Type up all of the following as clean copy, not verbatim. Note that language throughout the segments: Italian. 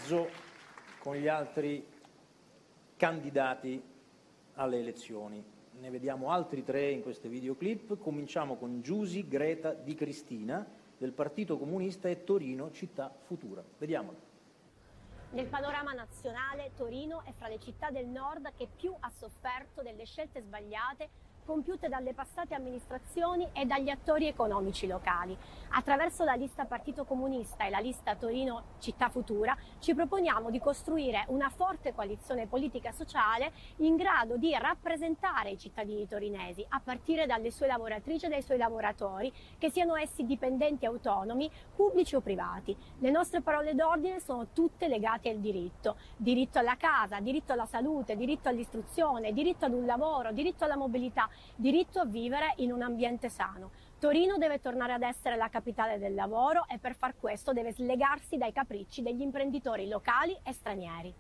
mezzo con gli altri candidati alle elezioni. Ne vediamo altri 3 in queste videoclip. Cominciamo con Giusy Greta Di Cristina del Partito Comunista e Torino Città Futura. Vediamola. Nel panorama nazionale, Torino è fra le città del nord che più ha sofferto delle scelte sbagliate compiute dalle passate amministrazioni e dagli attori economici locali. Attraverso la lista Partito Comunista e la lista Torino Città Futura ci proponiamo di costruire una forte coalizione politica e sociale in grado di rappresentare i cittadini torinesi, a partire dalle sue lavoratrici e dai suoi lavoratori, che siano essi dipendenti autonomi, pubblici o privati. Le nostre parole d'ordine sono tutte legate al diritto. Diritto alla casa, diritto alla salute, diritto all'istruzione, diritto ad un lavoro, diritto alla mobilità, diritto a vivere in un ambiente sano. Torino deve tornare ad essere la capitale del lavoro e per far questo deve slegarsi dai capricci degli imprenditori locali e stranieri.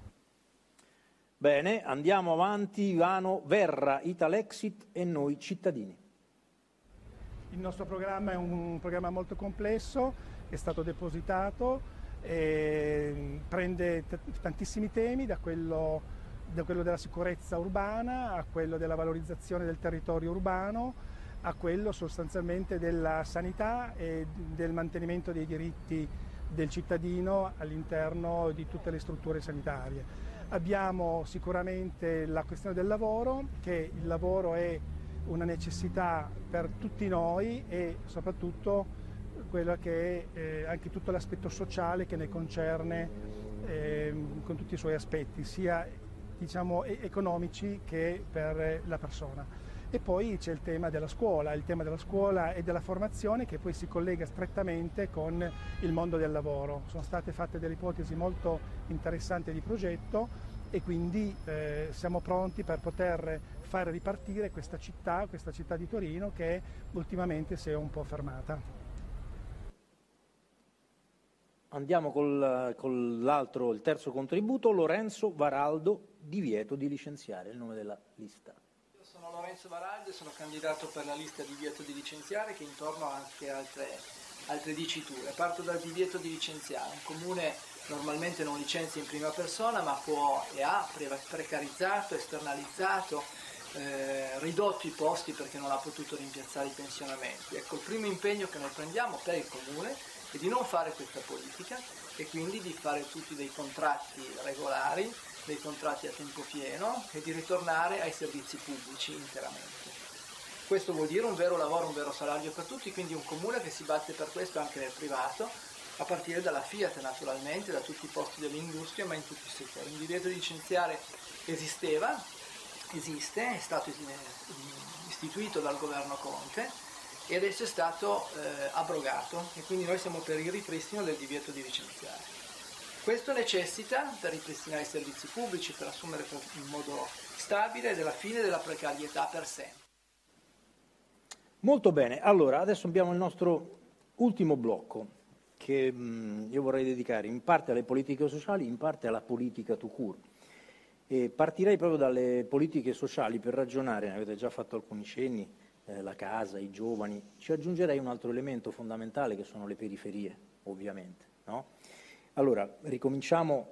Bene, andiamo avanti. Ivano Verra, Italexit e noi cittadini. Il nostro programma è un programma molto complesso, è stato depositato, prende tantissimi temi, da quello della sicurezza urbana a quello della valorizzazione del territorio urbano, a quello sostanzialmente della sanità e del mantenimento dei diritti del cittadino all'interno di tutte le strutture sanitarie. Abbiamo sicuramente la questione del lavoro, che il lavoro è una necessità per tutti noi e soprattutto quello che è anche tutto l'aspetto sociale che ne concerne con tutti i suoi aspetti, sia diciamo economici che per la persona. E poi c'è il tema della scuola e della formazione, che poi si collega strettamente con il mondo del lavoro. Sono state fatte delle ipotesi molto interessanti di progetto e quindi siamo pronti per poter far ripartire questa città di Torino, che ultimamente si è un po' fermata. Andiamo con l'altro, il terzo contributo. Lorenzo Varaldo, divieto di licenziare, il nome della lista. Io sono Lorenzo Varaldo e sono candidato per la lista divieto di licenziare, che intorno ha anche altre diciture. Parto dal divieto di licenziare. Un comune normalmente non licenzia in prima persona, ma può e ha precarizzato, esternalizzato, ridotto i posti perché non ha potuto rimpiazzare i pensionamenti. Ecco, il primo impegno che noi prendiamo per il comune è di non fare questa politica e quindi di fare tutti dei contratti regolari, dei contratti a tempo pieno e di ritornare ai servizi pubblici interamente. Questo vuol dire un vero lavoro, un vero salario per tutti, quindi un comune che si batte per questo anche nel privato, a partire dalla Fiat naturalmente, da tutti i posti dell'industria, ma in tutti i settori. Il divieto di licenziare esiste, è stato istituito dal governo Conte e adesso è stato abrogato e quindi noi siamo per il ripristino del divieto di licenziare. Questo necessita, per ripristinare i servizi pubblici, per assumere in modo stabile, della fine della precarietà per sempre. Molto bene, allora adesso abbiamo il nostro ultimo blocco che io vorrei dedicare in parte alle politiche sociali, in parte alla politica tout court. E partirei proprio dalle politiche sociali per ragionare, ne avete già fatto alcuni cenni, la casa, i giovani. Ci aggiungerei un altro elemento fondamentale che sono le periferie, ovviamente, no? Allora, ricominciamo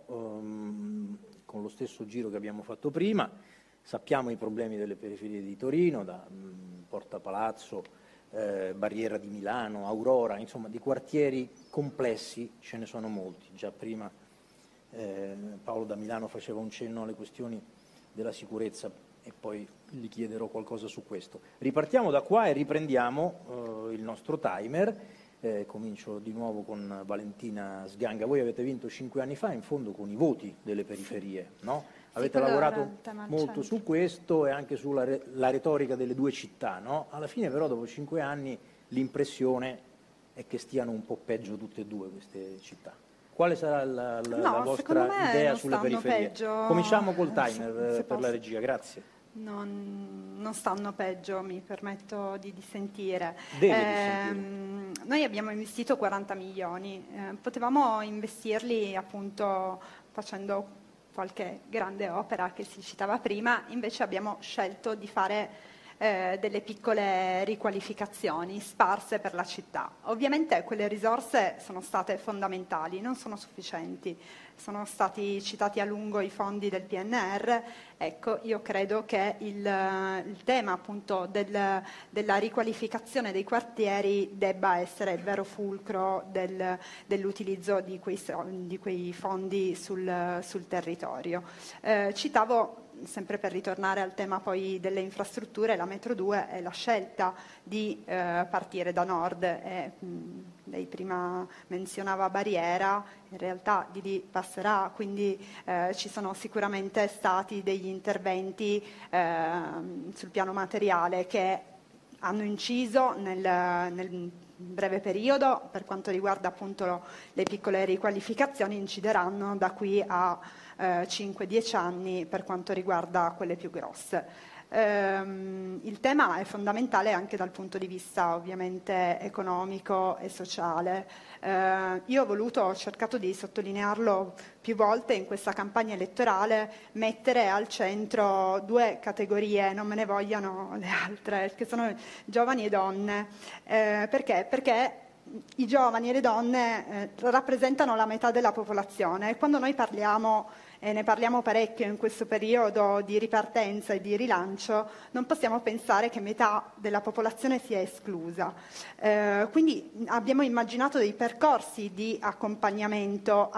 con lo stesso giro che abbiamo fatto prima. Sappiamo i problemi delle periferie di Torino, da Porta Palazzo, Barriera di Milano, Aurora, insomma di quartieri complessi ce ne sono molti. Già prima Paolo da Milano faceva un cenno alle questioni della sicurezza e poi gli chiederò qualcosa su questo. Ripartiamo da qua e riprendiamo il nostro timer. Comincio di nuovo con Valentina Sganga. Voi avete vinto 5 anni fa in fondo con i voti delle periferie, no? Avete lavorato molto su questo e anche sulla retorica delle due città, no? Alla fine però dopo 5 anni l'impressione è che stiano un po' peggio tutte e due queste città. Quale sarà la vostra idea sulle periferie? Peggio. Cominciamo col timer per la regia, grazie. Non stanno peggio, mi permetto di dissentire. Dissentire. Noi abbiamo investito 40 milioni, potevamo investirli appunto facendo qualche grande opera che si citava prima, invece abbiamo scelto di fare delle piccole riqualificazioni sparse per la città. Ovviamente quelle risorse sono state fondamentali, non sono sufficienti. Sono stati citati a lungo i fondi del PNR. Ecco, io credo che il tema appunto della riqualificazione dei quartieri debba essere il vero fulcro dell'utilizzo di quei fondi sul territorio. Citavo, sempre per ritornare al tema poi delle infrastrutture, la Metro 2 è la scelta di partire da nord. Lei prima menzionava Barriera, in realtà di lì passerà, quindi ci sono sicuramente stati degli interventi sul piano materiale che hanno inciso nel breve periodo. Per quanto riguarda appunto le piccole riqualificazioni, incideranno da qui a 5-10 anni per quanto riguarda quelle più grosse. Il tema è fondamentale anche dal punto di vista ovviamente economico e sociale. Io ho cercato di sottolinearlo più volte in questa campagna elettorale, mettere al centro due categorie, non me ne vogliano le altre, che sono giovani e donne. Perché? Perché i giovani e le donne rappresentano la metà della popolazione, e quando noi parliamo, e ne parliamo parecchio in questo periodo di ripartenza e di rilancio, non possiamo pensare che metà della popolazione sia esclusa. Quindi abbiamo immaginato dei percorsi di accompagnamento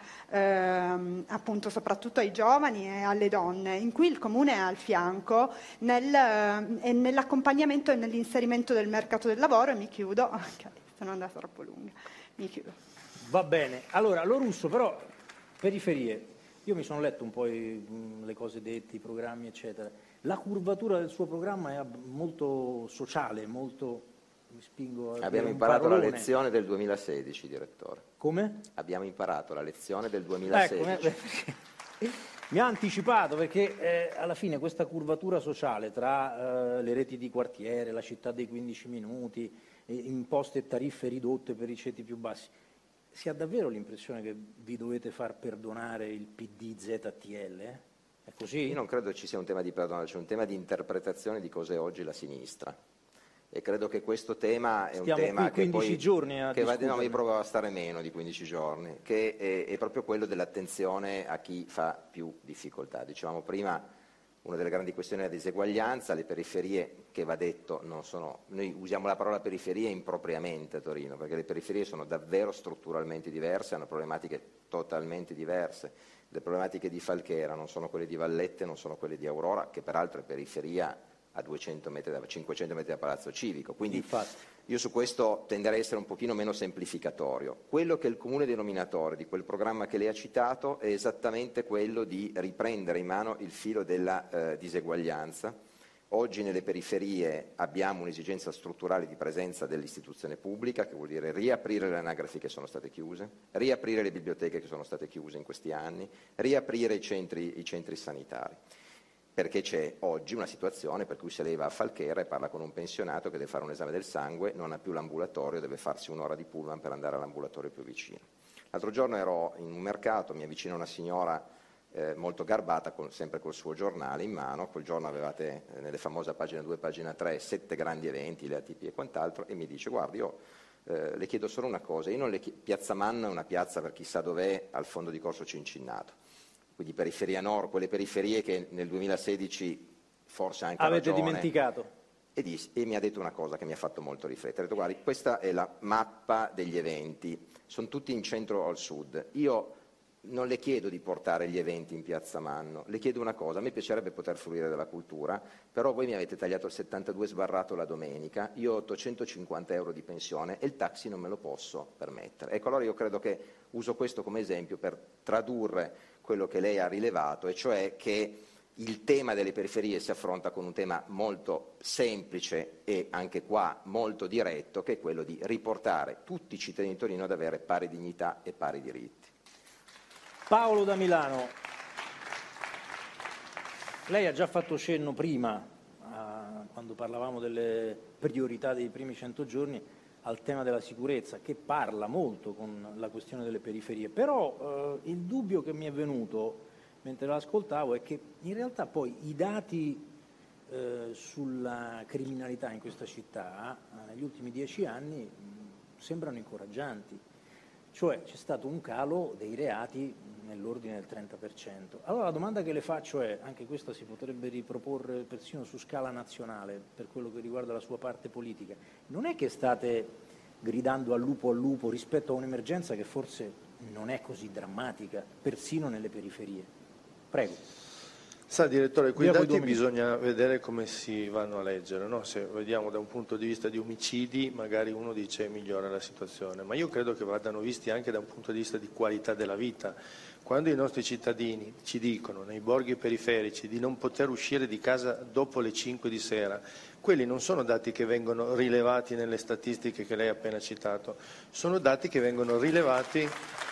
appunto soprattutto ai giovani e alle donne, in cui il Comune è al fianco nell'accompagnamento e nell'inserimento del mercato del lavoro. E mi chiudo, se non andata troppo lunga, mi chiudo. Va bene, allora Lorusso, però periferie, io mi sono letto un po' le cose dette, i programmi eccetera, la curvatura del suo programma è molto sociale, molto, mi spingo a Abbiamo dire imparato la lezione del 2016, direttore. Come? Abbiamo imparato la lezione del 2016. Ecco, mi ha anticipato, perché alla fine questa curvatura sociale tra le reti di quartiere, la città dei 15 minuti, imposte e tariffe ridotte per i ceti più bassi, si ha davvero l'impressione che vi dovete far perdonare il PD ZTL? È così? Io non credo ci sia un tema di perdono, c'è un tema di interpretazione di cos'è oggi la sinistra. E credo che questo tema è un tema che poi giorni a no, io provo a stare meno di 15 giorni, che è proprio quello dell'attenzione a chi fa più difficoltà. Dicevamo prima, una delle grandi questioni è la diseguaglianza, le periferie, che va detto, non sono, noi usiamo la parola periferie impropriamente a Torino, perché le periferie sono davvero strutturalmente diverse, hanno problematiche totalmente diverse. Le problematiche di Falchera non sono quelle di Vallette, non sono quelle di Aurora, che peraltro è periferia a 200 metri, 500 metri da Palazzo Civico. Quindi io su questo tenderei a essere un pochino meno semplificatorio. Quello che è il comune denominatore di quel programma che lei ha citato è esattamente quello di riprendere in mano il filo della diseguaglianza. Oggi nelle periferie abbiamo un'esigenza strutturale di presenza dell'istituzione pubblica, che vuol dire riaprire le anagrafi che sono state chiuse, riaprire le biblioteche che sono state chiuse in questi anni, riaprire i centri sanitari. Perché c'è oggi una situazione per cui se lei va a Falchera e parla con un pensionato che deve fare un esame del sangue, non ha più l'ambulatorio, deve farsi un'ora di pullman per andare all'ambulatorio più vicino. L'altro giorno ero in un mercato, mi avvicina una signora molto garbata, sempre col suo giornale in mano. Quel giorno avevate nelle famose pagina 2 e pagina 3 7 grandi eventi, le ATP e quant'altro, e mi dice: guardi, io le chiedo solo una cosa, io non le Piazza Manna è una piazza per chissà dov'è, al fondo di Corso Cincinnato, quindi periferia nord, quelle periferie che nel 2016 forse anche avete dimenticato. E mi ha detto una cosa che mi ha fatto molto riflettere. Ha detto: guardi, questa è la mappa degli eventi, sono tutti in centro o al sud. Io non le chiedo di portare gli eventi in Piazza Manno, le chiedo una cosa: a me piacerebbe poter fruire della cultura, però voi mi avete tagliato il 72 sbarrato la domenica, io ho 850 euro di pensione e il taxi non me lo posso permettere. Ecco, allora io credo che uso questo come esempio per tradurre quello che lei ha rilevato, e cioè che il tema delle periferie si affronta con un tema molto semplice e anche qua molto diretto, che è quello di riportare tutti i cittadini di Torino ad avere pari dignità e pari diritti. Paolo da Milano, lei ha già fatto cenno prima, quando parlavamo delle priorità dei primi 100 giorni, al tema della sicurezza, che parla molto con la questione delle periferie. Però il dubbio che mi è venuto mentre l'ascoltavo è che in realtà poi i dati sulla criminalità in questa città negli ultimi 10 anni sembrano incoraggianti, cioè c'è stato un calo dei reati nell'ordine del 30%. Allora la domanda che le faccio è, anche questa si potrebbe riproporre persino su scala nazionale per quello che riguarda la sua parte politica, non è che state gridando al lupo rispetto a un'emergenza che forse non è così drammatica, persino nelle periferie? Prego. Sa, direttore, quei dati bisogna vedere come si vanno a leggere, no? Se vediamo da un punto di vista di omicidi, magari uno dice migliora la situazione, ma io credo che vadano visti anche da un punto di vista di qualità della vita. Quando i nostri cittadini ci dicono nei borghi periferici di non poter uscire di casa dopo le 5 di sera, quelli non sono dati che vengono rilevati nelle statistiche che lei ha appena citato, sono dati che vengono rilevati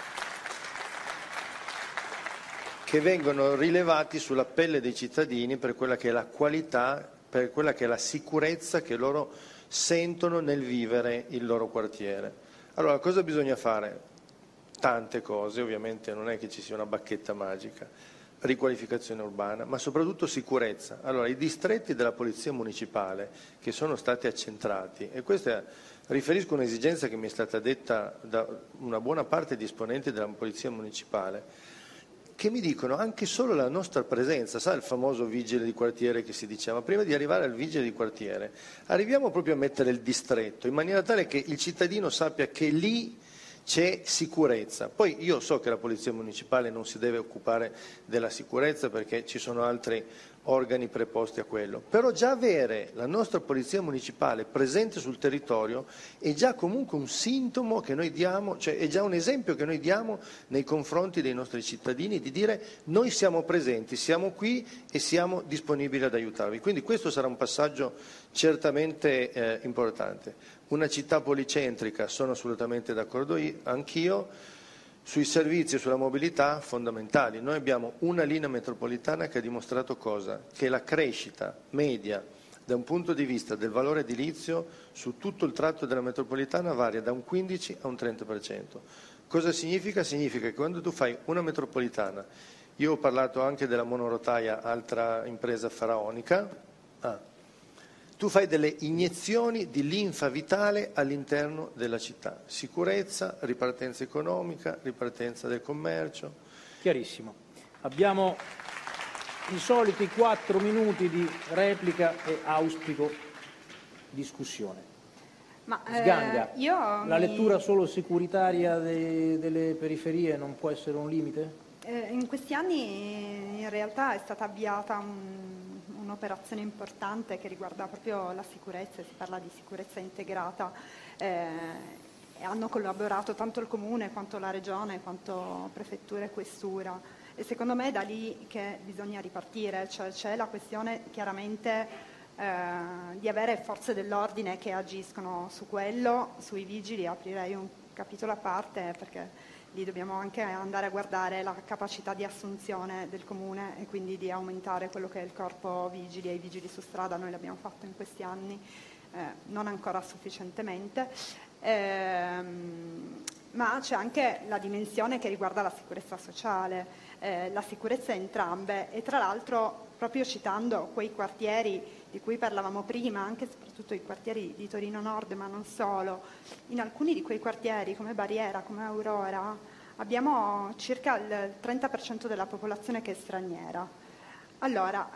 sulla pelle dei cittadini per quella che è la qualità, per quella che è la sicurezza che loro sentono nel vivere il loro quartiere. Allora, cosa bisogna fare? Tante cose, ovviamente non è che ci sia una bacchetta magica, riqualificazione urbana, ma soprattutto sicurezza. Allora, i distretti della Polizia Municipale che sono stati accentrati, e questa riferisco un'esigenza che mi è stata detta da una buona parte di esponenti della Polizia Municipale, che mi dicono anche solo la nostra presenza, sa il famoso vigile di quartiere che si diceva, prima di arrivare al vigile di quartiere arriviamo proprio a mettere il distretto in maniera tale che il cittadino sappia che lì c'è sicurezza. Poi io so che la Polizia Municipale non si deve occupare della sicurezza perché ci sono altri organi preposti a quello, però già avere la nostra Polizia Municipale presente sul territorio è già comunque un sintomo che noi diamo, cioè è già un esempio che noi diamo nei confronti dei nostri cittadini di dire noi siamo presenti, siamo qui e siamo disponibili ad aiutarvi. Quindi questo sarà un passaggio certamente importante. Una città policentrica, sono assolutamente d'accordo anch'io. Sui servizi e sulla mobilità fondamentali. Noi abbiamo una linea metropolitana che ha dimostrato cosa? Che la crescita media da un punto di vista del valore edilizio su tutto il tratto della metropolitana varia da un 15 a un 30%. Cosa significa? Significa che quando tu fai una metropolitana, io ho parlato anche della monorotaia, altra impresa faraonica, tu fai delle iniezioni di linfa vitale all'interno della città, sicurezza, ripartenza economica, ripartenza del commercio. Chiarissimo. Abbiamo i soliti 4 minuti di replica e auspico discussione. Sganga, la lettura solo securitaria delle periferie non può essere un limite? In questi anni in realtà è stata avviata un'operazione importante che riguarda proprio la sicurezza, si parla di sicurezza integrata, e hanno collaborato tanto il Comune quanto la Regione, quanto Prefettura e Questura, e secondo me è da lì che bisogna ripartire, cioè c'è la questione chiaramente di avere forze dell'ordine che agiscono su quello, sui vigili aprirei un capitolo a parte perché lì dobbiamo anche andare a guardare la capacità di assunzione del Comune e quindi di aumentare quello che è il corpo vigili e i vigili su strada. Noi l'abbiamo fatto in questi anni, non ancora sufficientemente, ma c'è anche la dimensione che riguarda la sicurezza sociale, la sicurezza entrambe, e tra l'altro proprio citando quei quartieri di cui parlavamo prima, anche e soprattutto i quartieri di Torino Nord, ma non solo, in alcuni di quei quartieri come Barriera, come Aurora, abbiamo circa il 30% della popolazione che è straniera. Allora,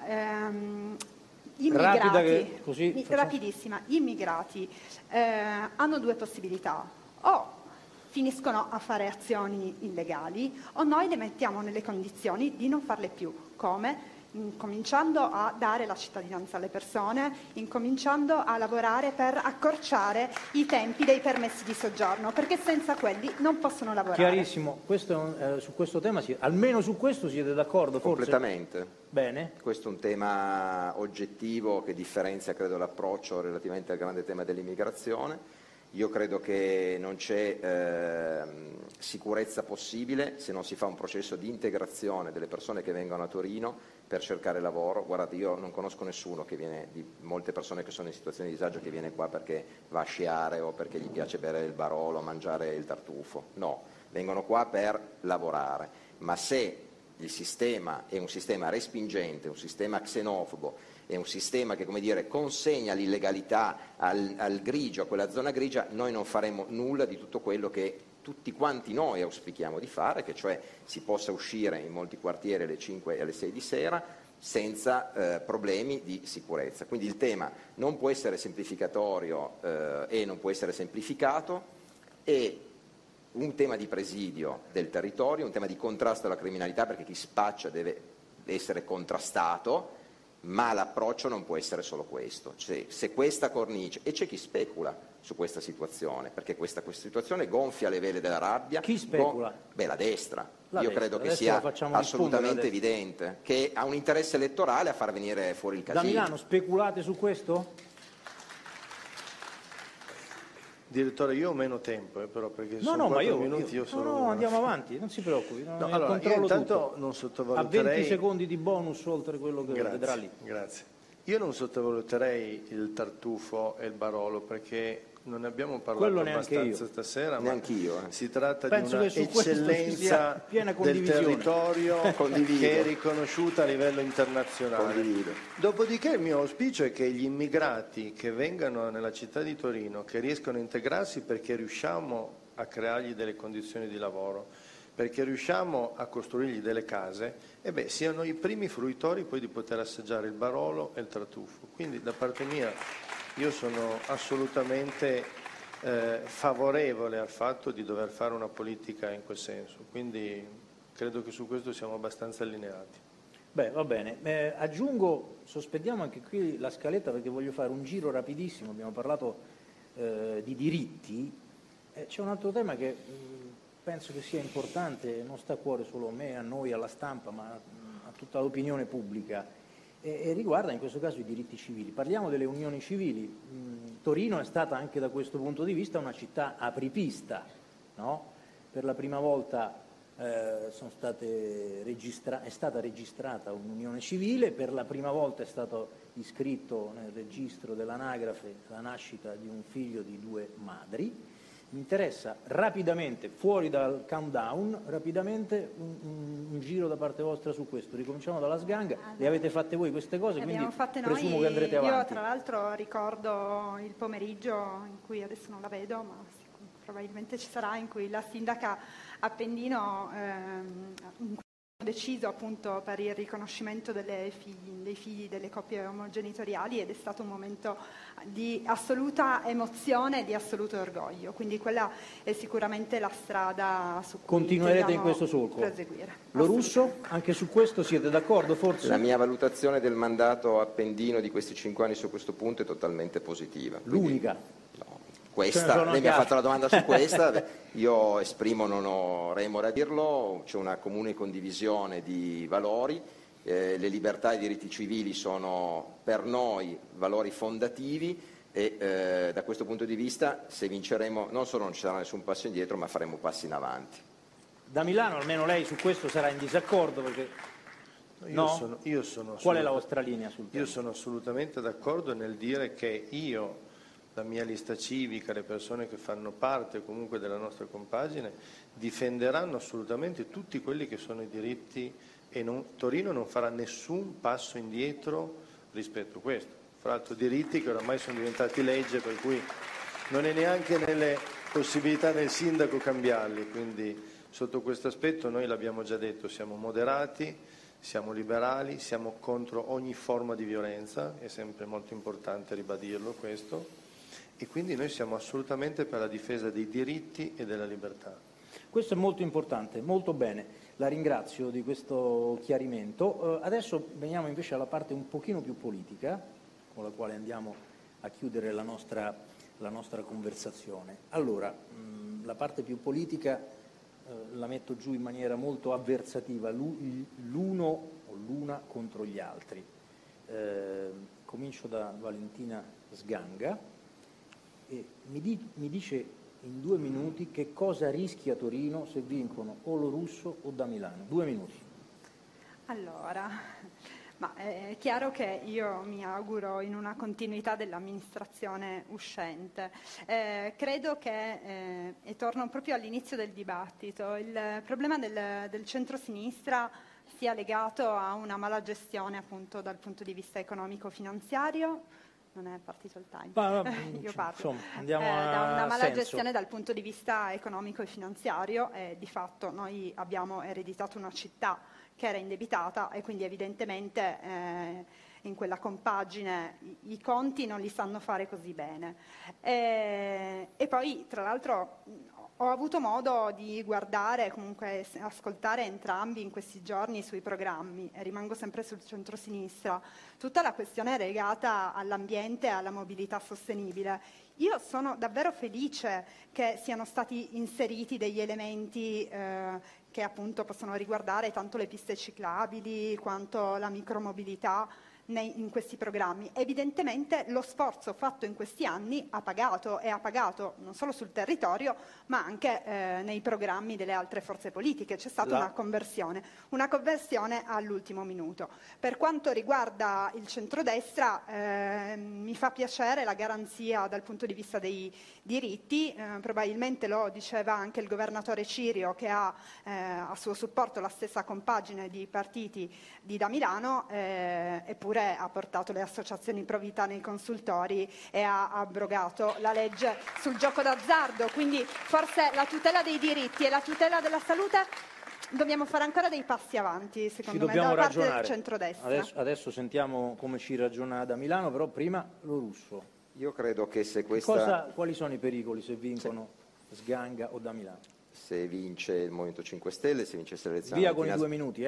rapidissima, gli immigrati hanno due possibilità: o finiscono a fare azioni illegali o noi le mettiamo nelle condizioni di non farle più. Come? Incominciando a dare la cittadinanza alle persone, incominciando a lavorare per accorciare i tempi dei permessi di soggiorno, perché senza quelli non possono lavorare. Chiarissimo, su questo tema, almeno su questo siete d'accordo? Forse? Completamente. Bene. Questo è un tema oggettivo che differenzia, credo, l'approccio relativamente al grande tema dell'immigrazione. Io credo che non c'è sicurezza possibile se non si fa un processo di integrazione delle persone che vengono a Torino per cercare lavoro. Guardate, io non conosco nessuno che viene, di molte persone che sono in situazioni di disagio, che viene qua perché va a sciare o perché gli piace bere il Barolo, mangiare il tartufo. No, vengono qua per lavorare. Ma se il sistema è un sistema respingente, un sistema xenofobo, è un sistema che, come dire, consegna l'illegalità al grigio, a quella zona grigia, noi non faremo nulla di tutto quello che tutti quanti noi auspichiamo di fare, che cioè si possa uscire in molti quartieri alle 5 e alle 6 di sera senza problemi di sicurezza. Quindi il tema non può essere semplificatorio e non può essere semplificato, è un tema di presidio del territorio, un tema di contrasto alla criminalità, perché chi spaccia deve essere contrastato, ma l'approccio non può essere solo questo. Se questa cornice, e c'è chi specula su questa situazione, perché questa situazione gonfia le vele della rabbia. Chi specula? La destra. La Io destra. credo che Adesso sia rispondere assolutamente evidente, che ha un interesse elettorale a far venire fuori il casino. Da Milano speculate su questo? Direttore, io ho meno tempo, però, perché No, sono 4 ma minuti, io sono... No, andiamo avanti, non si preoccupi. No, allora, io intanto non a sottovaluterei... 20 secondi di bonus oltre quello che vedrà lì. Grazie. Io non sottovaluterei il tartufo e il Barolo, perché non ne abbiamo parlato abbastanza stasera, ma si tratta di una eccellenza del territorio che è riconosciuta a livello internazionale. Condivido. Dopodiché il mio auspicio è che gli immigrati che vengano nella città di Torino, che riescano a integrarsi perché riusciamo a creargli delle condizioni di lavoro, perché riusciamo a costruirgli delle case, siano i primi fruitori poi di poter assaggiare il Barolo e il tartufo. Quindi da parte mia io sono assolutamente favorevole al fatto di dover fare una politica in quel senso, quindi credo che su questo siamo abbastanza allineati. Va bene, aggiungo, sospendiamo anche qui la scaletta perché voglio fare un giro rapidissimo, abbiamo parlato di diritti, c'è un altro tema che penso che sia importante, non sta a cuore solo a me, a noi, alla stampa, ma a tutta l'opinione pubblica, e riguarda in questo caso i diritti civili. Parliamo delle unioni civili. Torino è stata anche da questo punto di vista una città apripista, no? Per la prima volta è stata registrata un'unione civile, per la prima volta è stato iscritto nel registro dell'anagrafe la nascita di un figlio di 2 madri. Mi interessa rapidamente, fuori dal countdown, rapidamente un giro da parte vostra su questo. Ricominciamo dalla Sganga, le avete fatte voi queste cose, quindi presumo che andrete avanti. Io tra l'altro ricordo il pomeriggio in cui adesso non la vedo, ma probabilmente ci sarà, in cui la sindaca Appendino ha deciso appunto per il riconoscimento dei figli delle coppie omogenitoriali, ed è stato un momento di assoluta emozione e di assoluto orgoglio, quindi quella è sicuramente la strada su cui continuerete in questo solco. Proseguire. Lo Russo, anche su questo siete d'accordo forse? La mia valutazione del mandato appendino di questi 5 anni su questo punto è totalmente positiva. L'unica? No. Lei mi ha fatto la domanda su questa, io esprimo, non ho remore a dirlo, c'è una comune condivisione di valori, le libertà e i diritti civili sono per noi valori fondativi e da questo punto di vista, se vinceremo, non solo non ci sarà nessun passo indietro, ma faremo passi in avanti. Da Milano almeno lei su questo sarà in disaccordo, perché io sono qual è la vostra linea sul tema? Io sono assolutamente d'accordo nel dire che io, la mia lista civica, le persone che fanno parte comunque della nostra compagine difenderanno assolutamente tutti quelli che sono i diritti, e Torino non farà nessun passo indietro rispetto a questo. Fra l'altro diritti che oramai sono diventati legge, per cui non è neanche nelle possibilità del sindaco cambiarli, quindi sotto questo aspetto noi l'abbiamo già detto, siamo moderati, siamo liberali, siamo contro ogni forma di violenza, è sempre molto importante ribadirlo questo, e quindi noi siamo assolutamente per la difesa dei diritti e della libertà. Questo è molto importante, molto bene, la ringrazio di questo chiarimento. Adesso veniamo invece alla parte un pochino più politica, con la quale andiamo a chiudere la nostra conversazione. Allora, la parte più politica la metto giù in maniera molto avversativa, l'uno o l'una contro gli altri. Comincio da Valentina Sganga e mi dice in 2 minuti che cosa rischia Torino se vincono o lo Russo o da Milano. 2 minuti. Allora, è chiaro che io mi auguro in una continuità dell'amministrazione uscente. Credo che, e torno proprio all'inizio del dibattito, il problema del centro-sinistra sia legato a una mala gestione appunto dal punto di vista economico-finanziario. Non è partito il time. Io parlo. Insomma, andiamo da una mala senso. gestione dal punto di vista economico e finanziario. Di fatto noi abbiamo ereditato una città che era indebitata e quindi evidentemente in quella compagine i conti non li sanno fare così bene. E poi tra l'altro ho avuto modo di guardare, comunque ascoltare entrambi in questi giorni sui programmi, e rimango sempre sul centrosinistra, tutta la questione legata all'ambiente e alla mobilità sostenibile. Io sono davvero felice che siano stati inseriti degli elementi che appunto possono riguardare tanto le piste ciclabili quanto la micromobilità in questi programmi. Evidentemente lo sforzo fatto in questi anni ha pagato, e ha pagato non solo sul territorio ma anche nei programmi delle altre forze politiche. C'è stata una conversione all'ultimo minuto. Per quanto riguarda il centrodestra mi fa piacere la garanzia dal punto di vista dei diritti, probabilmente lo diceva anche il governatore Cirio, che ha a suo supporto la stessa compagine di partiti da Milano, eppure ha portato le associazioni pro vita nei consultori e ha abrogato la legge sul gioco d'azzardo. Quindi forse la tutela dei diritti e la tutela della salute dobbiamo fare ancora dei passi avanti, secondo me, da parte del centrodestra. Adesso sentiamo come ci ragiona da Milano, però prima lo Russo. Io credo che se questa... Quali sono i pericoli se vincono Sganga o da Milano? Se vince il Movimento 5 Stelle, se vincesse le elezioni... Via con i 2 minuti,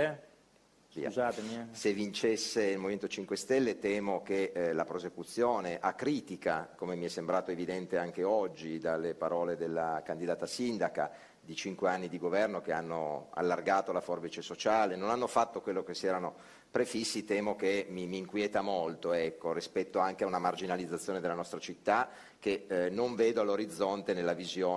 Scusatemi. Se vincesse il Movimento 5 Stelle temo che la prosecuzione acritica, come mi è sembrato evidente anche oggi dalle parole della candidata sindaca, di 5 anni di governo che hanno allargato la forbice sociale, non hanno fatto quello che si erano prefissi, temo che mi inquieta molto, rispetto anche a una marginalizzazione della nostra città che non vedo all'orizzonte nella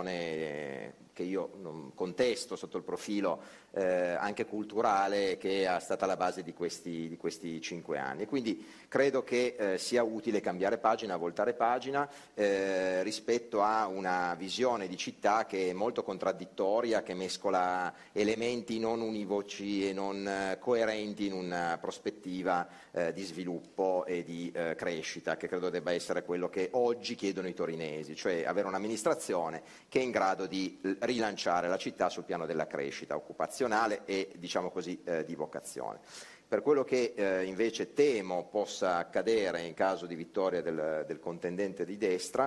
visione che io contesto sotto il profilo anche culturale, che è stata la base di questi 5 anni. E quindi credo che sia utile cambiare pagina, voltare pagina rispetto a una visione di città che è molto contraddittoria, che mescola elementi non univoci e non coerenti in una prospettiva di sviluppo e di crescita, che credo debba essere quello che oggi chiedono i torinesi, cioè avere un'amministrazione che è in grado di rilanciare la città sul piano della crescita occupazionale e, diciamo così, di vocazione. Per quello che invece temo possa accadere in caso di vittoria del contendente di destra,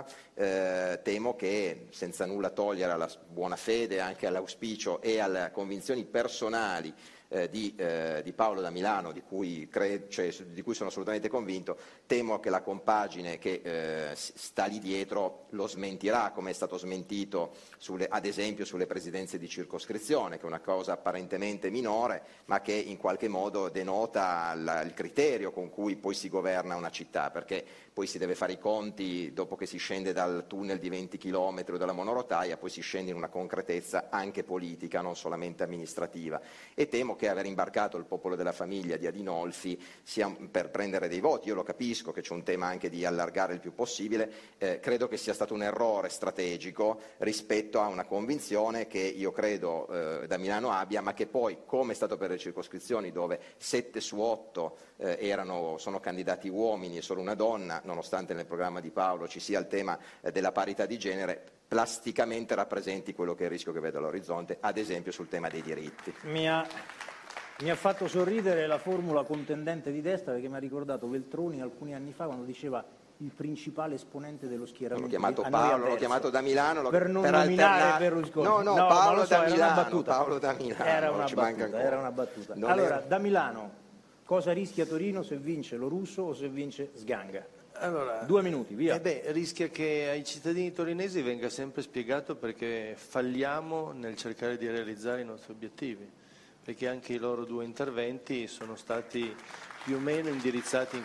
temo che, senza nulla togliere alla buona fede, anche all'auspicio e alle convinzioni personali di Paolo da Milano, di cui sono assolutamente convinto, temo che la compagine che sta lì dietro lo smentirà, come è stato smentito ad esempio sulle presidenze di circoscrizione, che è una cosa apparentemente minore ma che in qualche modo denota il criterio con cui poi si governa una città, perché poi si deve fare i conti dopo che si scende dal tunnel di 20 km o dalla monorotaia, poi si scende in una concretezza anche politica, non solamente amministrativa, e temo che aver imbarcato il popolo della famiglia di Adinolfi sia per prendere dei voti. Io lo capisco che c'è un tema anche di allargare il più possibile, credo che sia stato un errore strategico rispetto a una convinzione che io credo da Milano abbia, ma che poi, come è stato per le circoscrizioni dove 7 su 8 sono candidati uomini e solo una donna, nonostante nel programma di Paolo ci sia il tema della parità di genere, plasticamente rappresenti quello che è il rischio che vedo all'orizzonte, ad esempio sul tema dei diritti. Mi ha fatto sorridere la formula contendente di destra, perché mi ha ricordato Veltroni alcuni anni fa quando diceva il principale esponente dello schieramento. L'ho chiamato Paolo, l'ho chiamato da Milano per non nominare Berlusconi. No, Paolo da Milano. Paolo da Milano. Era una battuta. Allora, da Milano, cosa rischia Torino se vince lo Russo o se vince Sganga? Allora, 2 minuti, via. Rischia che ai cittadini torinesi venga sempre spiegato perché falliamo nel cercare di realizzare i nostri obiettivi, perché anche i loro 2 interventi sono stati più o meno indirizzati in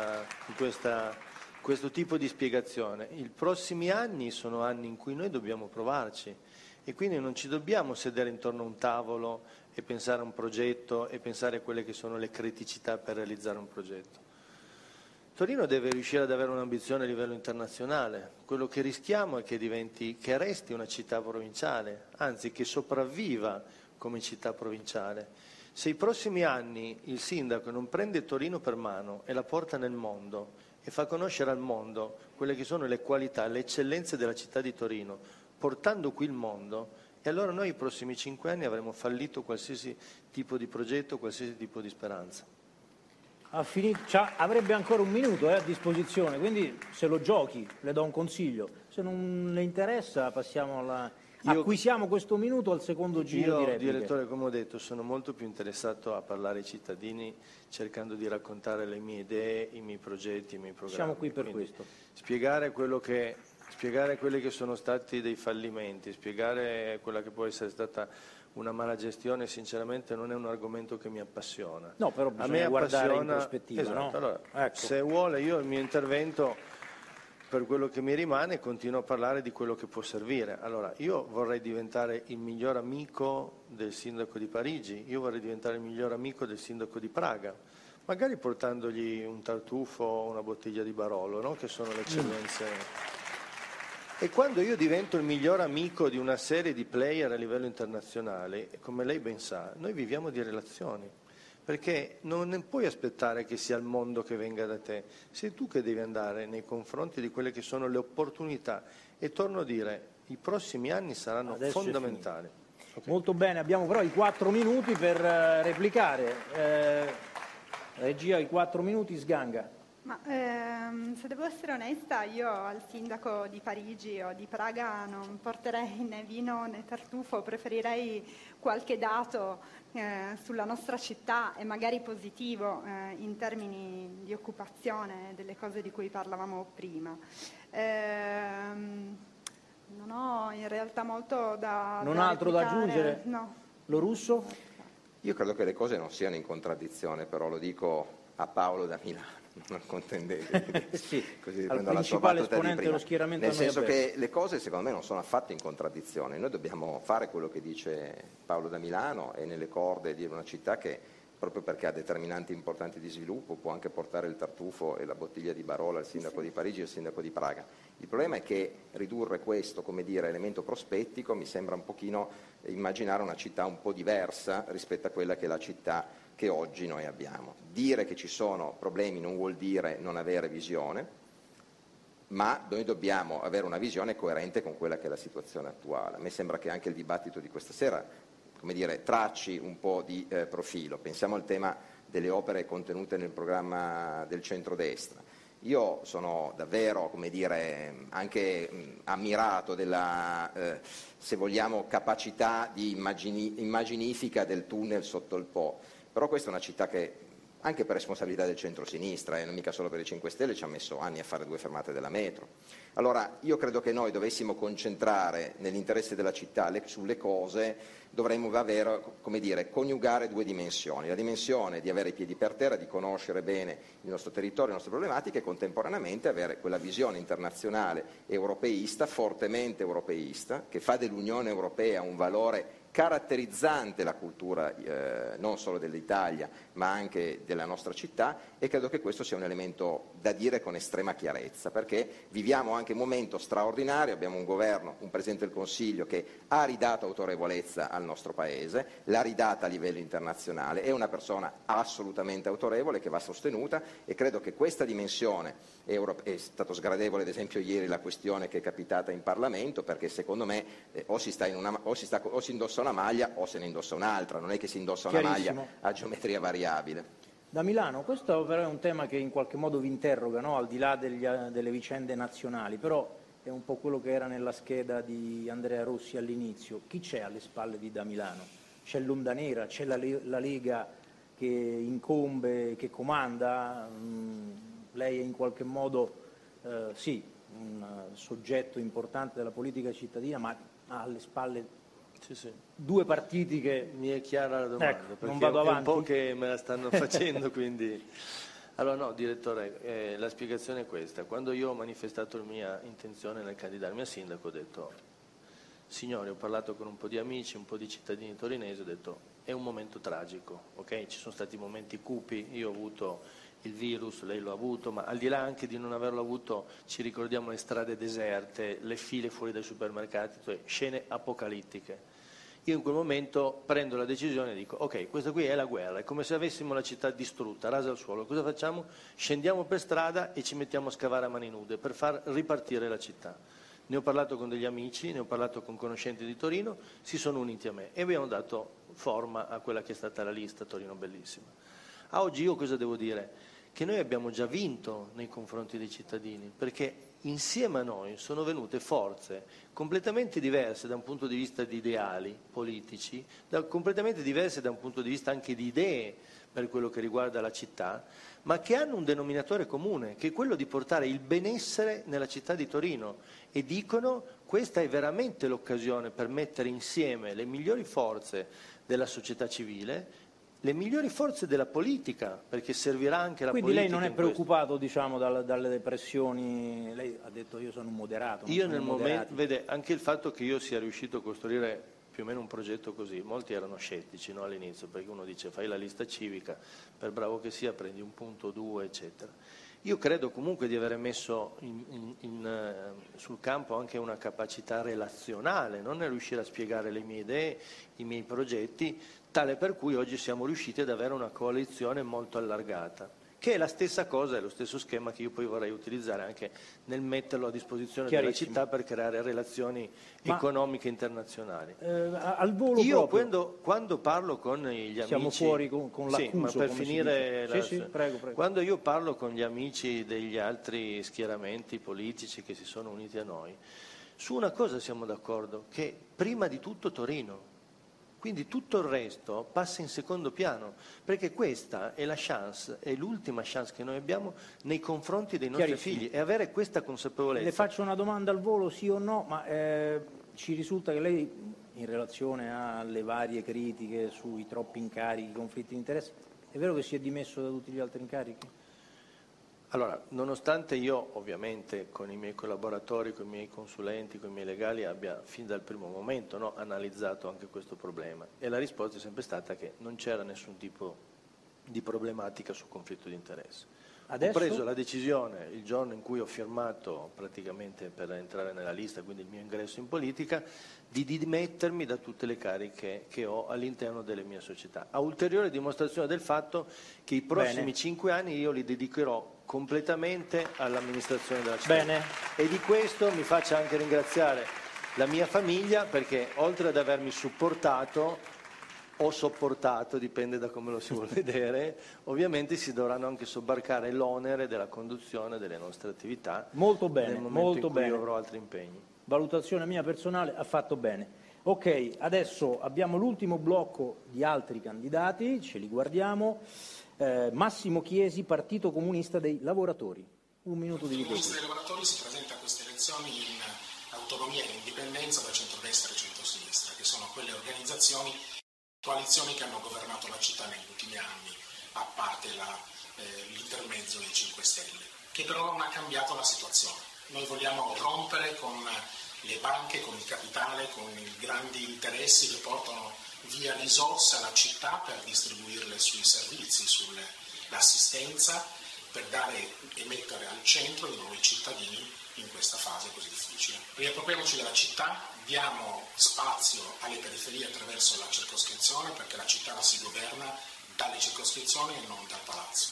questo tipo di spiegazione. I prossimi anni sono anni in cui noi dobbiamo provarci e quindi non ci dobbiamo sedere intorno a un tavolo e pensare a un progetto e pensare a quelle che sono le criticità per realizzare un progetto. Torino deve riuscire ad avere un'ambizione a livello internazionale. Quello che rischiamo è che resti una città provinciale, anzi che sopravviva come città provinciale. Se i prossimi anni il sindaco non prende Torino per mano e la porta nel mondo e fa conoscere al mondo quelle che sono le qualità, le eccellenze della città di Torino, portando qui il mondo, e allora noi i prossimi 5 anni avremo fallito qualsiasi tipo di progetto, qualsiasi tipo di speranza. Ha finito, avrebbe ancora un minuto a disposizione, quindi se lo giochi, le do un consiglio. Se non le interessa passiamo acquisiamo questo minuto al secondo giro di repliche. Direttore, come ho detto, sono molto più interessato a parlare ai cittadini, cercando di raccontare le mie idee, i miei progetti, i miei programmi. Siamo qui per Quindi, questo. Spiegare quelli che sono stati dei fallimenti, spiegare quella che può essere stata una mala gestione, sinceramente non è un argomento che mi appassiona. No, però bisogna guardare in prospettiva. Esatto, no? allora, Ecco. se vuole io il mio intervento, per quello che mi rimane, continuo a parlare di quello che può servire. Allora, io vorrei diventare il miglior amico del sindaco di Parigi, io vorrei diventare il miglior amico del sindaco di Praga, magari portandogli un tartufo o una bottiglia di Barolo, no? Che sono le eccellenze. E quando io divento il miglior amico di una serie di player a livello internazionale, come lei ben sa, noi viviamo di relazioni. Perché non puoi aspettare che sia il mondo che venga da te, sei tu che devi andare nei confronti di quelle che sono le opportunità. E torno a dire, i prossimi anni saranno fondamentali. Okay. Molto bene, abbiamo però i 4 minuti per replicare. Regia, i 4 minuti, Sganga. Ma se devo essere onesta, io al sindaco di Parigi o di Praga non porterei né vino né tartufo, preferirei qualche dato sulla nostra città e magari positivo in termini di occupazione, delle cose di cui parlavamo prima. Non ho in realtà molto da Non ha altro da aggiungere? No. Lo Russo? Io credo che le cose non siano in contraddizione, però lo dico a Paolo da Milano. Non contendete, sì, così al prendo la sua principale battuta esponente di prima. dello schieramento Nel senso aperto. che le cose secondo me non sono affatto in contraddizione, noi dobbiamo fare quello che dice Paolo da Milano e nelle corde di una città che proprio perché ha determinanti importanti di sviluppo può anche portare il tartufo e la bottiglia di Barolo al sindaco di Parigi e al sindaco di Praga. Il problema è che ridurre questo come dire elemento prospettico mi sembra un pochino immaginare una città un po' diversa rispetto a quella che è la città che oggi noi abbiamo. Dire che ci sono problemi non vuol dire non avere visione, ma noi dobbiamo avere una visione coerente con quella che è la situazione attuale. A me sembra che anche il dibattito di questa sera, come dire, tracci un po' di profilo. Pensiamo al tema delle opere contenute nel programma del centrodestra. Io sono davvero, come dire, anche ammirato della, se vogliamo, capacità di immaginifica del tunnel sotto il Po. Però questa è una città che, anche per responsabilità del centro-sinistra, non mica solo per i 5 Stelle, ci ha messo anni a fare 2 fermate della metro. Allora, io credo che noi dovessimo concentrare nell'interesse della città sulle cose, dovremmo come dire, coniugare 2 dimensioni. La dimensione di avere i piedi per terra, di conoscere bene il nostro territorio, le nostre problematiche e contemporaneamente avere quella visione internazionale europeista, fortemente europeista, che fa dell'Unione Europea un valore caratterizzante la cultura non solo dell'Italia ma anche della nostra città, e credo che questo sia un elemento da dire con estrema chiarezza, perché viviamo anche un momento straordinario, abbiamo un governo, un Presidente del Consiglio che ha ridato autorevolezza al nostro Paese, l'ha ridata a livello internazionale, è una persona assolutamente autorevole che va sostenuta, e credo che questa dimensione è stato sgradevole ad esempio ieri la questione che è capitata in Parlamento, perché secondo me o si indossa una maglia o se ne indossa un'altra, non è che si indossa una maglia a geometria variabile. Da Milano, questo però è un tema che in qualche modo vi interroga, no? Al di là delle vicende nazionali, però è un po' quello che era nella scheda di Andrea Rossi all'inizio. Chi c'è alle spalle di Da Milano? C'è l'Onda Nera, c'è la Lega che incombe, che comanda, lei è in qualche modo sì, un soggetto importante della politica cittadina, ma ha alle spalle Sì. 2 partiti che... Mi è chiara la domanda, perché non vado avanti. è un po' che me la stanno facendo, quindi... Allora no, direttore, la spiegazione è questa. Quando io ho manifestato la mia intenzione nel candidarmi a sindaco, ho detto, signori, ho parlato con un po' di amici, un po' di cittadini torinesi, ho detto, è un momento tragico, ok? Ci sono stati momenti cupi, io ho avuto il virus, lei lo ha avuto, ma al di là anche di non averlo avuto, ci ricordiamo le strade deserte, le file fuori dai supermercati, cioè scene apocalittiche. io in quel momento prendo la decisione e dico ok, questa qui è la guerra, è come se avessimo la città distrutta, rasa al suolo, cosa facciamo? Scendiamo per strada e ci mettiamo a scavare a mani nude per far ripartire la città. Ne ho parlato con degli amici, ne ho parlato con conoscenti di Torino, si sono uniti a me e abbiamo dato forma a quella che è stata la lista Torino Bellissima. A oggi io cosa devo dire? Che noi abbiamo già vinto nei confronti dei cittadini, perché insieme a noi sono venute forze completamente diverse da un punto di vista di ideali politici, completamente diverse da un punto di vista anche di idee per quello che riguarda la città, ma che hanno un denominatore comune, che è quello di portare il benessere nella città di Torino, e dicono questa è veramente l'occasione per mettere insieme le migliori forze della società civile, le migliori forze della politica, perché servirà anche la Quindi politica. Quindi lei non è preoccupato, diciamo, dalle pressioni? Lei ha detto io sono un moderato. Io nel momento, vede, anche il fatto che io sia riuscito a costruire più o meno un progetto così, molti erano scettici, no, all'inizio, perché uno dice fai la lista civica, per bravo che sia prendi un punto o due, eccetera. Io credo comunque di aver messo sul campo anche una capacità relazionale, non è riuscire a spiegare le mie idee, i miei progetti, tale per cui oggi siamo riusciti ad avere una coalizione molto allargata, che è la stessa cosa, è lo stesso schema che io poi vorrei utilizzare anche nel metterlo a disposizione della città per creare relazioni economiche internazionali. Al volo io proprio. quando parlo con gli amici... Siamo fuori con l'accuso, sì, ma per finire... Sì, prego. Quando io parlo con gli amici degli altri schieramenti politici che si sono uniti a noi, su una cosa siamo d'accordo, che prima di tutto Torino. Quindi tutto il resto passa in secondo piano, perché questa è la chance, è l'ultima chance che noi abbiamo nei confronti dei nostri figli, e avere questa consapevolezza. Le faccio una domanda al volo, sì o no, ma ci risulta che lei, in relazione alle varie critiche sui troppi incarichi, conflitti di interesse, è vero che si è dimesso da tutti gli altri incarichi? Allora, nonostante io ovviamente con i miei collaboratori, con i miei consulenti, con i miei legali abbia fin dal primo momento analizzato anche questo problema, e la risposta è sempre stata che non c'era nessun tipo di problematica sul conflitto di interesse. Ho preso la decisione il giorno in cui ho firmato praticamente per entrare nella lista, quindi il mio ingresso in politica, di dimettermi da tutte le cariche che ho all'interno delle mie società, a ulteriore dimostrazione del fatto che i prossimi 5 anni io li dedicherò completamente all'amministrazione della città. Bene. E di questo mi faccio anche ringraziare la mia famiglia, perché oltre ad avermi supportato o sopportato, dipende da come lo si vuole vedere, ovviamente si dovranno anche sobbarcare l'onere della conduzione delle nostre attività. Molto bene, nel momento in cui io avrò altri impegni. Valutazione mia personale, ha fatto bene. Ok, adesso abbiamo l'ultimo blocco di altri candidati, ce li guardiamo. Massimo Chiesi, Partito Comunista dei Lavoratori. Un minuto di ripeto. Il Comunista dei Lavoratori si presenta a queste elezioni in autonomia e indipendenza da centrodestra e centrosinistra, che sono quelle organizzazioni, coalizioni che hanno governato la città negli ultimi anni, a parte l'intermezzo dei 5 Stelle, che però non ha cambiato la situazione. Noi vogliamo rompere con le banche, con il capitale, con i grandi interessi che portano via risorse alla città per distribuirle sui servizi, sull'assistenza, per dare e mettere al centro di nuovi cittadini in questa fase così difficile. Riappropriamoci della città, diamo spazio alle periferie attraverso la circoscrizione, perché la città la si governa dalle circoscrizioni e non dal palazzo.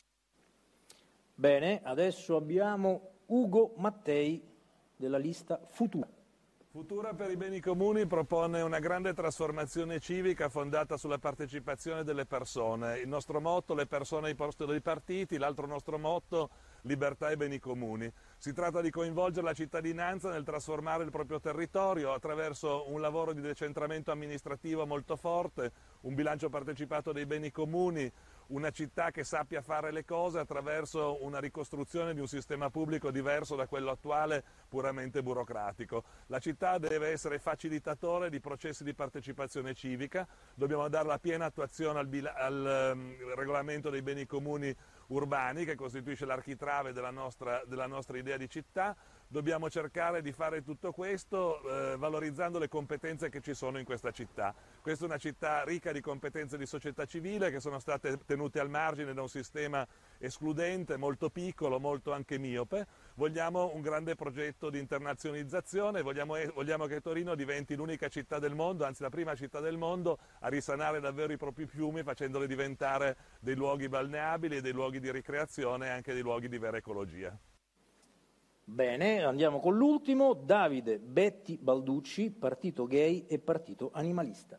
Bene, adesso abbiamo Ugo Mattei della lista Futura. Futura per i beni comuni propone una grande trasformazione civica fondata sulla partecipazione delle persone. Il nostro motto, le persone ai posti dei partiti, l'altro nostro motto, libertà e beni comuni. Si tratta di coinvolgere la cittadinanza nel trasformare il proprio territorio attraverso un lavoro di decentramento amministrativo molto forte, un bilancio partecipato dei beni comuni, una città che sappia fare le cose attraverso una ricostruzione di un sistema pubblico diverso da quello attuale, puramente burocratico. La città deve essere facilitatore di processi di partecipazione civica, dobbiamo dare la piena attuazione al regolamento dei beni comuni urbani, che costituisce l'architrave della nostra idea di città. Dobbiamo cercare di fare tutto questo valorizzando le competenze che ci sono in questa città. Questa è una città ricca di competenze di società civile che sono state tenute al margine da un sistema escludente, molto piccolo, molto anche miope. Vogliamo un grande progetto di internazionalizzazione, vogliamo che Torino diventi l'unica città del mondo, anzi la prima città del mondo, a risanare davvero i propri fiumi, facendoli diventare dei luoghi balneabili, dei luoghi di ricreazione e anche dei luoghi di vera ecologia. Bene, andiamo con l'ultimo. Davide Betti Balducci, Partito Gay e Partito Animalista.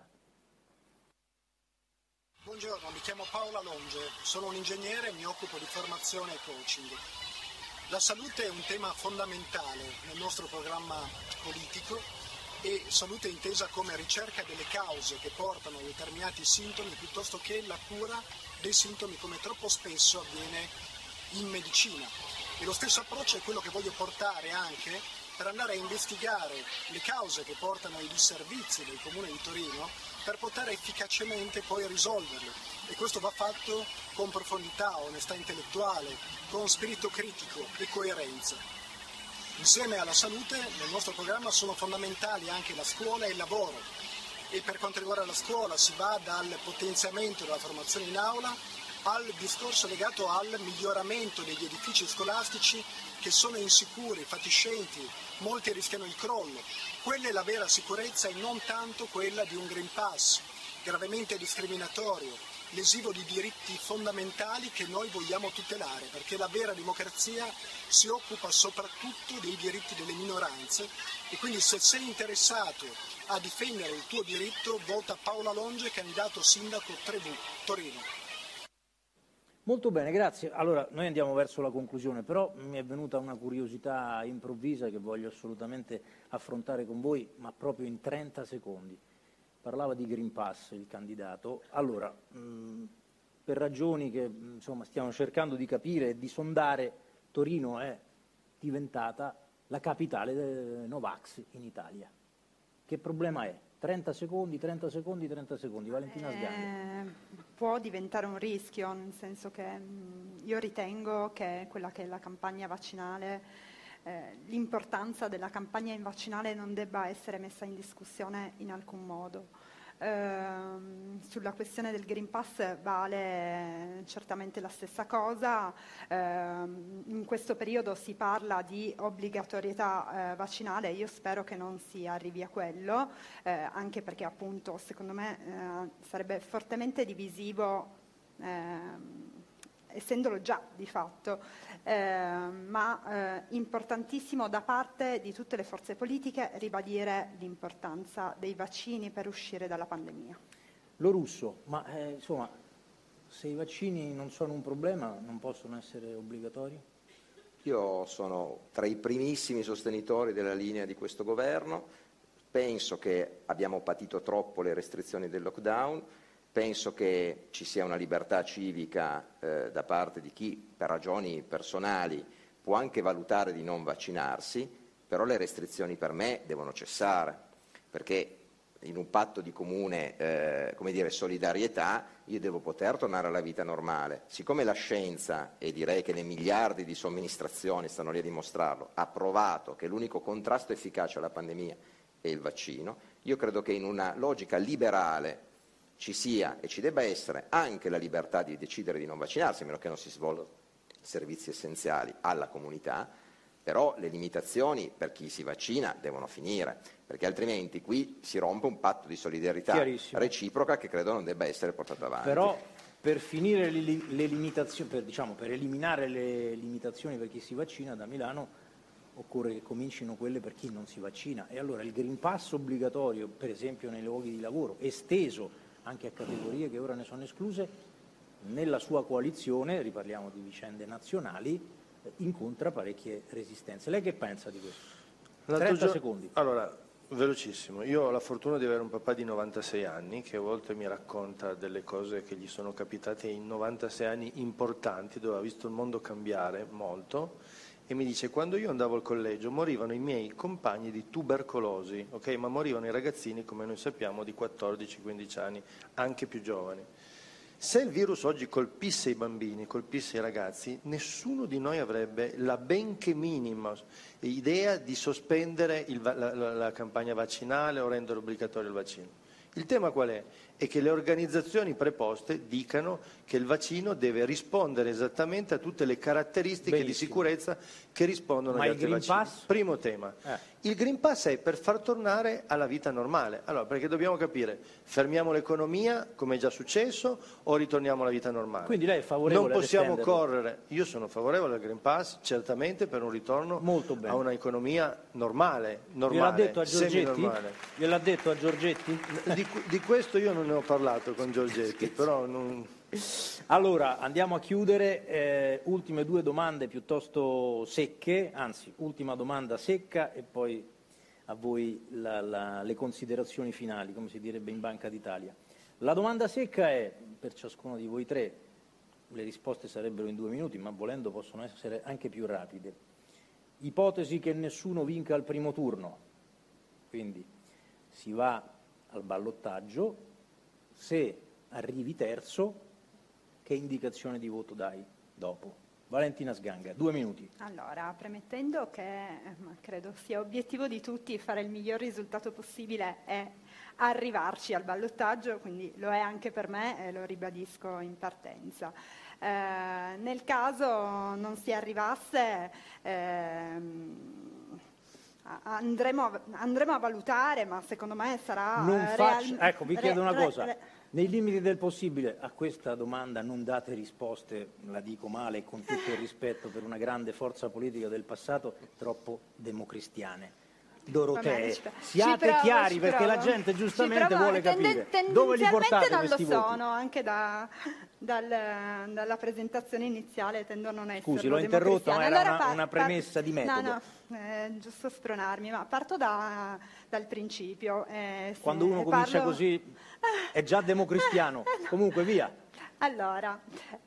Buongiorno, mi chiamo Paola Longe, sono un ingegnere e mi occupo di formazione e coaching. La salute è un tema fondamentale nel nostro programma politico e salute intesa come ricerca delle cause che portano a determinati sintomi piuttosto che la cura dei sintomi come troppo spesso avviene in medicina. E lo stesso approccio è quello che voglio portare anche per andare a investigare le cause che portano ai disservizi del Comune di Torino per poter efficacemente poi risolverle. E questo va fatto con profondità, onestà intellettuale, con spirito critico e coerenza. Insieme alla salute nel nostro programma sono fondamentali anche la scuola e il lavoro. E per quanto riguarda la scuola si va dal potenziamento della formazione in aula al discorso legato al miglioramento degli edifici scolastici che sono insicuri, fatiscenti, molti rischiano il crollo. Quella è la vera sicurezza e non tanto quella di un Green Pass, gravemente discriminatorio, lesivo di diritti fondamentali che noi vogliamo tutelare, perché la vera democrazia si occupa soprattutto dei diritti delle minoranze e quindi se sei interessato a difendere il tuo diritto, vota Paola Longe, candidato sindaco Tribù, Torino. Molto bene, grazie. Allora, noi andiamo verso la conclusione, però mi è venuta una curiosità improvvisa che voglio assolutamente affrontare con voi, ma proprio in 30 secondi. Parlava di Green Pass il candidato. Allora, per ragioni che insomma, stiamo cercando di capire e di sondare, Torino è diventata la capitale del Novax in Italia. Che problema è? 30 secondi, 30 secondi, 30 secondi. Valentina Sgambia. Può diventare un rischio, nel senso che io ritengo che quella che è la campagna vaccinale, l'importanza della campagna vaccinale non debba essere messa in discussione in alcun modo. Sulla questione del Green Pass vale certamente la stessa cosa. In questo periodo si parla di obbligatorietà vaccinale, io spero che non si arrivi a quello, anche perché appunto secondo me sarebbe fortemente divisivo, essendolo già di fatto, ma importantissimo da parte di tutte le forze politiche ribadire l'importanza dei vaccini per uscire dalla pandemia. Lo Russo, ma insomma, se i vaccini non sono un problema, non possono essere obbligatori? Io sono tra i primissimi sostenitori della linea di questo governo, penso che abbiamo patito troppo le restrizioni del lockdown. Penso che ci sia una libertà civica da parte di chi per ragioni personali può anche valutare di non vaccinarsi, però le restrizioni per me devono cessare, perché in un patto di comune solidarietà io devo poter tornare alla vita normale. Siccome la scienza, e direi che le miliardi di somministrazioni stanno lì a dimostrarlo, ha provato che l'unico contrasto efficace alla pandemia è il vaccino, io credo che in una logica liberale ci sia e ci debba essere anche la libertà di decidere di non vaccinarsi, a meno che non si svolgano servizi essenziali alla comunità, però le limitazioni per chi si vaccina devono finire, perché altrimenti qui si rompe un patto di solidarietà reciproca che credo non debba essere portato avanti. Però per finire le limitazioni, per eliminare le limitazioni per chi si vaccina, da Milano occorre che comincino quelle per chi non si vaccina, e allora il Green Pass obbligatorio, per esempio nei luoghi di lavoro, esteso anche a categorie che ora ne sono escluse, nella sua coalizione, riparliamo di vicende nazionali, incontra parecchie resistenze. Lei che pensa di questo? 30 secondi. Allora, velocissimo. Io ho la fortuna di avere un papà di 96 anni che a volte mi racconta delle cose che gli sono capitate in 96 anni importanti, dove ha visto il mondo cambiare molto, e mi dice: quando io andavo al collegio morivano i miei compagni di tubercolosi, ok? Ma morivano i ragazzini, come noi sappiamo, di 14-15 anni, anche più giovani. Se il virus oggi colpisse i bambini, colpisse i ragazzi, nessuno di noi avrebbe la benché minima idea di sospendere la campagna vaccinale o rendere obbligatorio il vaccino. Il tema qual è? È che le organizzazioni preposte dicano che il vaccino deve rispondere esattamente a tutte le caratteristiche di sicurezza che rispondono agli altri vaccini. Pass? Primo tema. Il Green Pass è per far tornare alla vita normale. Allora, perché dobbiamo capire, fermiamo l'economia come è già successo o ritorniamo alla vita normale? Quindi lei è favorevole? Non possiamo correre. Io sono favorevole al Green Pass, certamente per un ritorno a una economia normale, Gliel'ha detto a Giorgetti? semi-normale. Gliel'ha detto a Giorgetti? Di questo io non ne ho parlato con Giorgetti, però non... Allora, andiamo a chiudere, ultime due domande piuttosto secche, anzi, ultima domanda secca e poi a voi le considerazioni finali, come si direbbe in Banca d'Italia. La domanda secca è, per ciascuno di voi tre, le risposte sarebbero in 2 minuti, ma volendo possono essere anche più rapide. Ipotesi che nessuno vinca al primo turno, quindi si va al ballottaggio, se arrivi terzo, che indicazione di voto dai dopo? Valentina Sganga, 2 minuti. Allora, premettendo che credo sia obiettivo di tutti fare il miglior risultato possibile e arrivarci al ballottaggio, quindi lo è anche per me e lo ribadisco in partenza. Nel caso non si arrivasse, andremo a valutare, ma secondo me sarà... Ecco, vi chiedo una cosa. Nei limiti del possibile, a questa domanda non date risposte, la dico male, con tutto il rispetto per una grande forza politica del passato, troppo democristiane. Dorotee, siate chiari perché la gente giustamente vuole capire dove li portate questi voti. Non lo sono, anche dalla presentazione iniziale tendo a non essere. Scusi, l'ho interrotto, ma era una premessa di metodo. No, giusto spronarmi, ma parto dal principio. Quando uno comincia così è già democristiano, comunque via. Allora,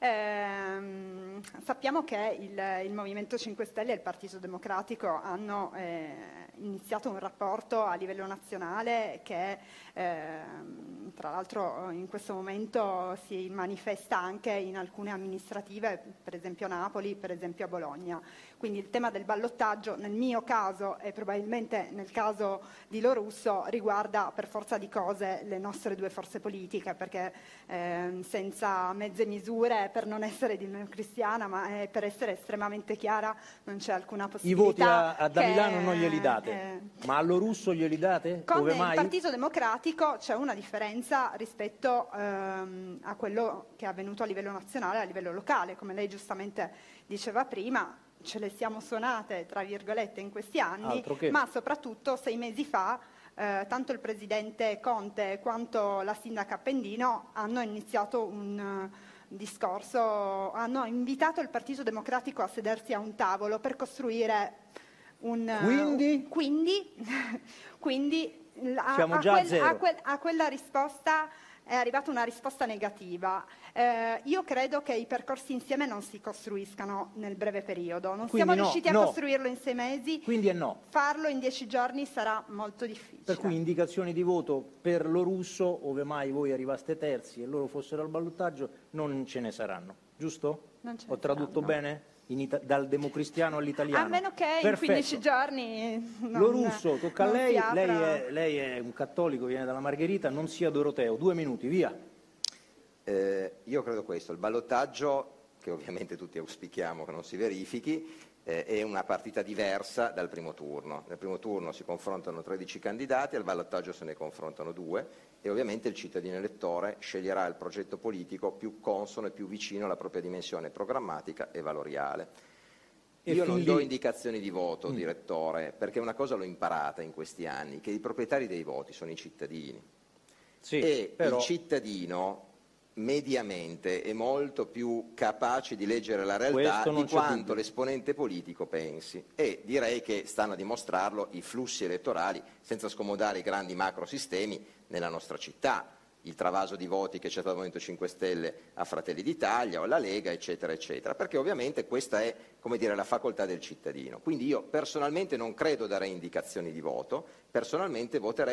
sappiamo che il Movimento 5 Stelle e il Partito Democratico hanno iniziato un rapporto a livello nazionale che tra l'altro in questo momento si manifesta anche in alcune amministrative, per esempio a Napoli, per esempio a Bologna. Quindi il tema del ballottaggio nel mio caso e probabilmente nel caso di Lorusso riguarda per forza di cose le nostre due forze politiche, perché senza mezze misure, per non essere democristiana ma per essere estremamente chiara, non c'è alcuna possibilità. I voti a Da Milano non glieli date, ma a Lorusso glieli date? Con Dove il mai? Partito Democratico c'è una differenza rispetto a quello che è avvenuto a livello nazionale e a livello locale, come lei giustamente diceva prima. Ce le siamo suonate, tra virgolette, in questi anni, ma soprattutto 6 mesi fa tanto il presidente Conte quanto la sindaca Appendino hanno iniziato un discorso, hanno invitato il Partito Democratico a sedersi a un tavolo per costruire quindi a quella risposta è arrivata una risposta negativa. Io credo che i percorsi insieme non si costruiscano nel breve periodo. Non siamo riusciti a costruirlo in 6 mesi. Quindi è no. Farlo in 10 giorni sarà molto difficile. Per cui indicazioni di voto per Lorusso, ove mai voi arrivaste terzi e loro fossero al ballottaggio, non ce ne saranno, giusto? Ho tradotto bene? Dal democristiano all'italiano. A meno che in 15 giorni Lorusso, tocca a lei. Lei è un cattolico, viene dalla Margherita, non sia Doroteo. 2 minuti, via. Io credo questo, il ballottaggio, che ovviamente tutti auspichiamo che non si verifichi, è una partita diversa dal primo turno. Nel primo turno si confrontano 13 candidati, al ballottaggio se ne confrontano 2 e ovviamente il cittadino elettore sceglierà il progetto politico più consono e più vicino alla propria dimensione programmatica e valoriale. Io non do indicazioni di voto, direttore, perché una cosa l'ho imparata in questi anni, che i proprietari dei voti sono i cittadini. Il cittadino mediamente è molto più capace di leggere la realtà di quanto l'esponente politico pensi, e direi che stanno a dimostrarlo i flussi elettorali, senza scomodare i grandi macrosistemi nella nostra città, il travaso di voti che c'è stato al Movimento 5 Stelle a Fratelli d'Italia o alla Lega, eccetera, eccetera, perché ovviamente questa è, come dire, la facoltà del cittadino. Quindi io personalmente non credo darei indicazioni di voto, personalmente voterei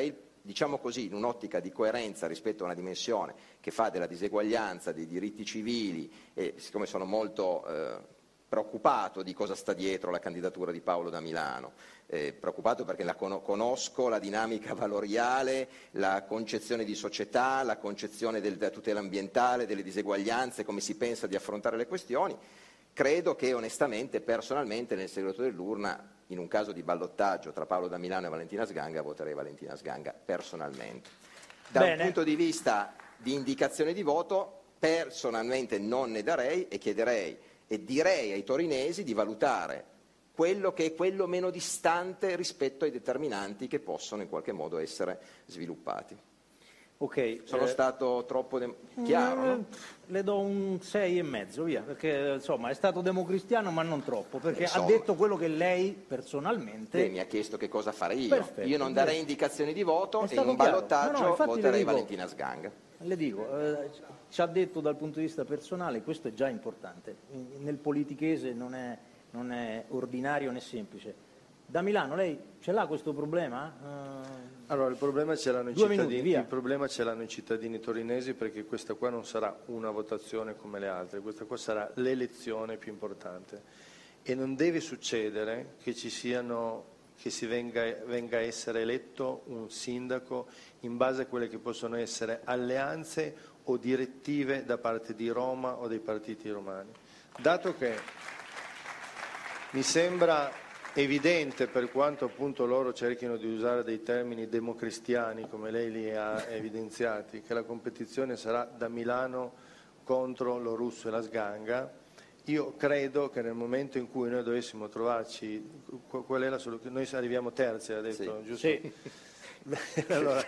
diciamo così, in un'ottica di coerenza rispetto a una dimensione che fa della diseguaglianza, dei diritti civili, e siccome sono molto preoccupato di cosa sta dietro la candidatura di Paolo da Milano, preoccupato perché conosco la dinamica valoriale, la concezione di società, la concezione della tutela ambientale, delle diseguaglianze, come si pensa di affrontare le questioni. Credo che onestamente, personalmente, nel segreto dell'urna, in un caso di ballottaggio tra Paolo da Milano e Valentina Sganga, voterei Valentina Sganga personalmente. Da un punto di vista di indicazione di voto, personalmente non ne darei e chiederei e direi ai torinesi di valutare quello che è quello meno distante rispetto ai determinanti che possono in qualche modo essere sviluppati. Ok, sono stato troppo chiaro, no? Le do un 6,5, via, perché insomma è stato democristiano ma non troppo, perché Insomma, ha detto quello che lei personalmente... Lei mi ha chiesto che cosa farei io. Perfetto, io non darei indicazioni di voto e in un chiaro. ballottaggio infatti voterei Valentina Sganga. Le dico, ci ha detto dal punto di vista personale, questo è già importante, nel politichese non è ordinario né semplice. Da Milano lei ce l'ha questo problema? Allora, il problema ce l'hanno i cittadini torinesi, perché questa qua non sarà una votazione come le altre, questa qua sarà l'elezione più importante e non deve succedere che venga a essere eletto un sindaco in base a quelle che possono essere alleanze o direttive da parte di Roma o dei partiti romani. Dato che mi sembra evidente, per quanto appunto loro cerchino di usare dei termini democristiani come lei li ha evidenziati, che la competizione sarà da Milano contro lo Russo e la Sganga, io credo che nel momento in cui noi dovessimo trovarci, qual è la soluzione? Noi arriviamo terzi, ha detto, sì, giusto? Sì. Allora,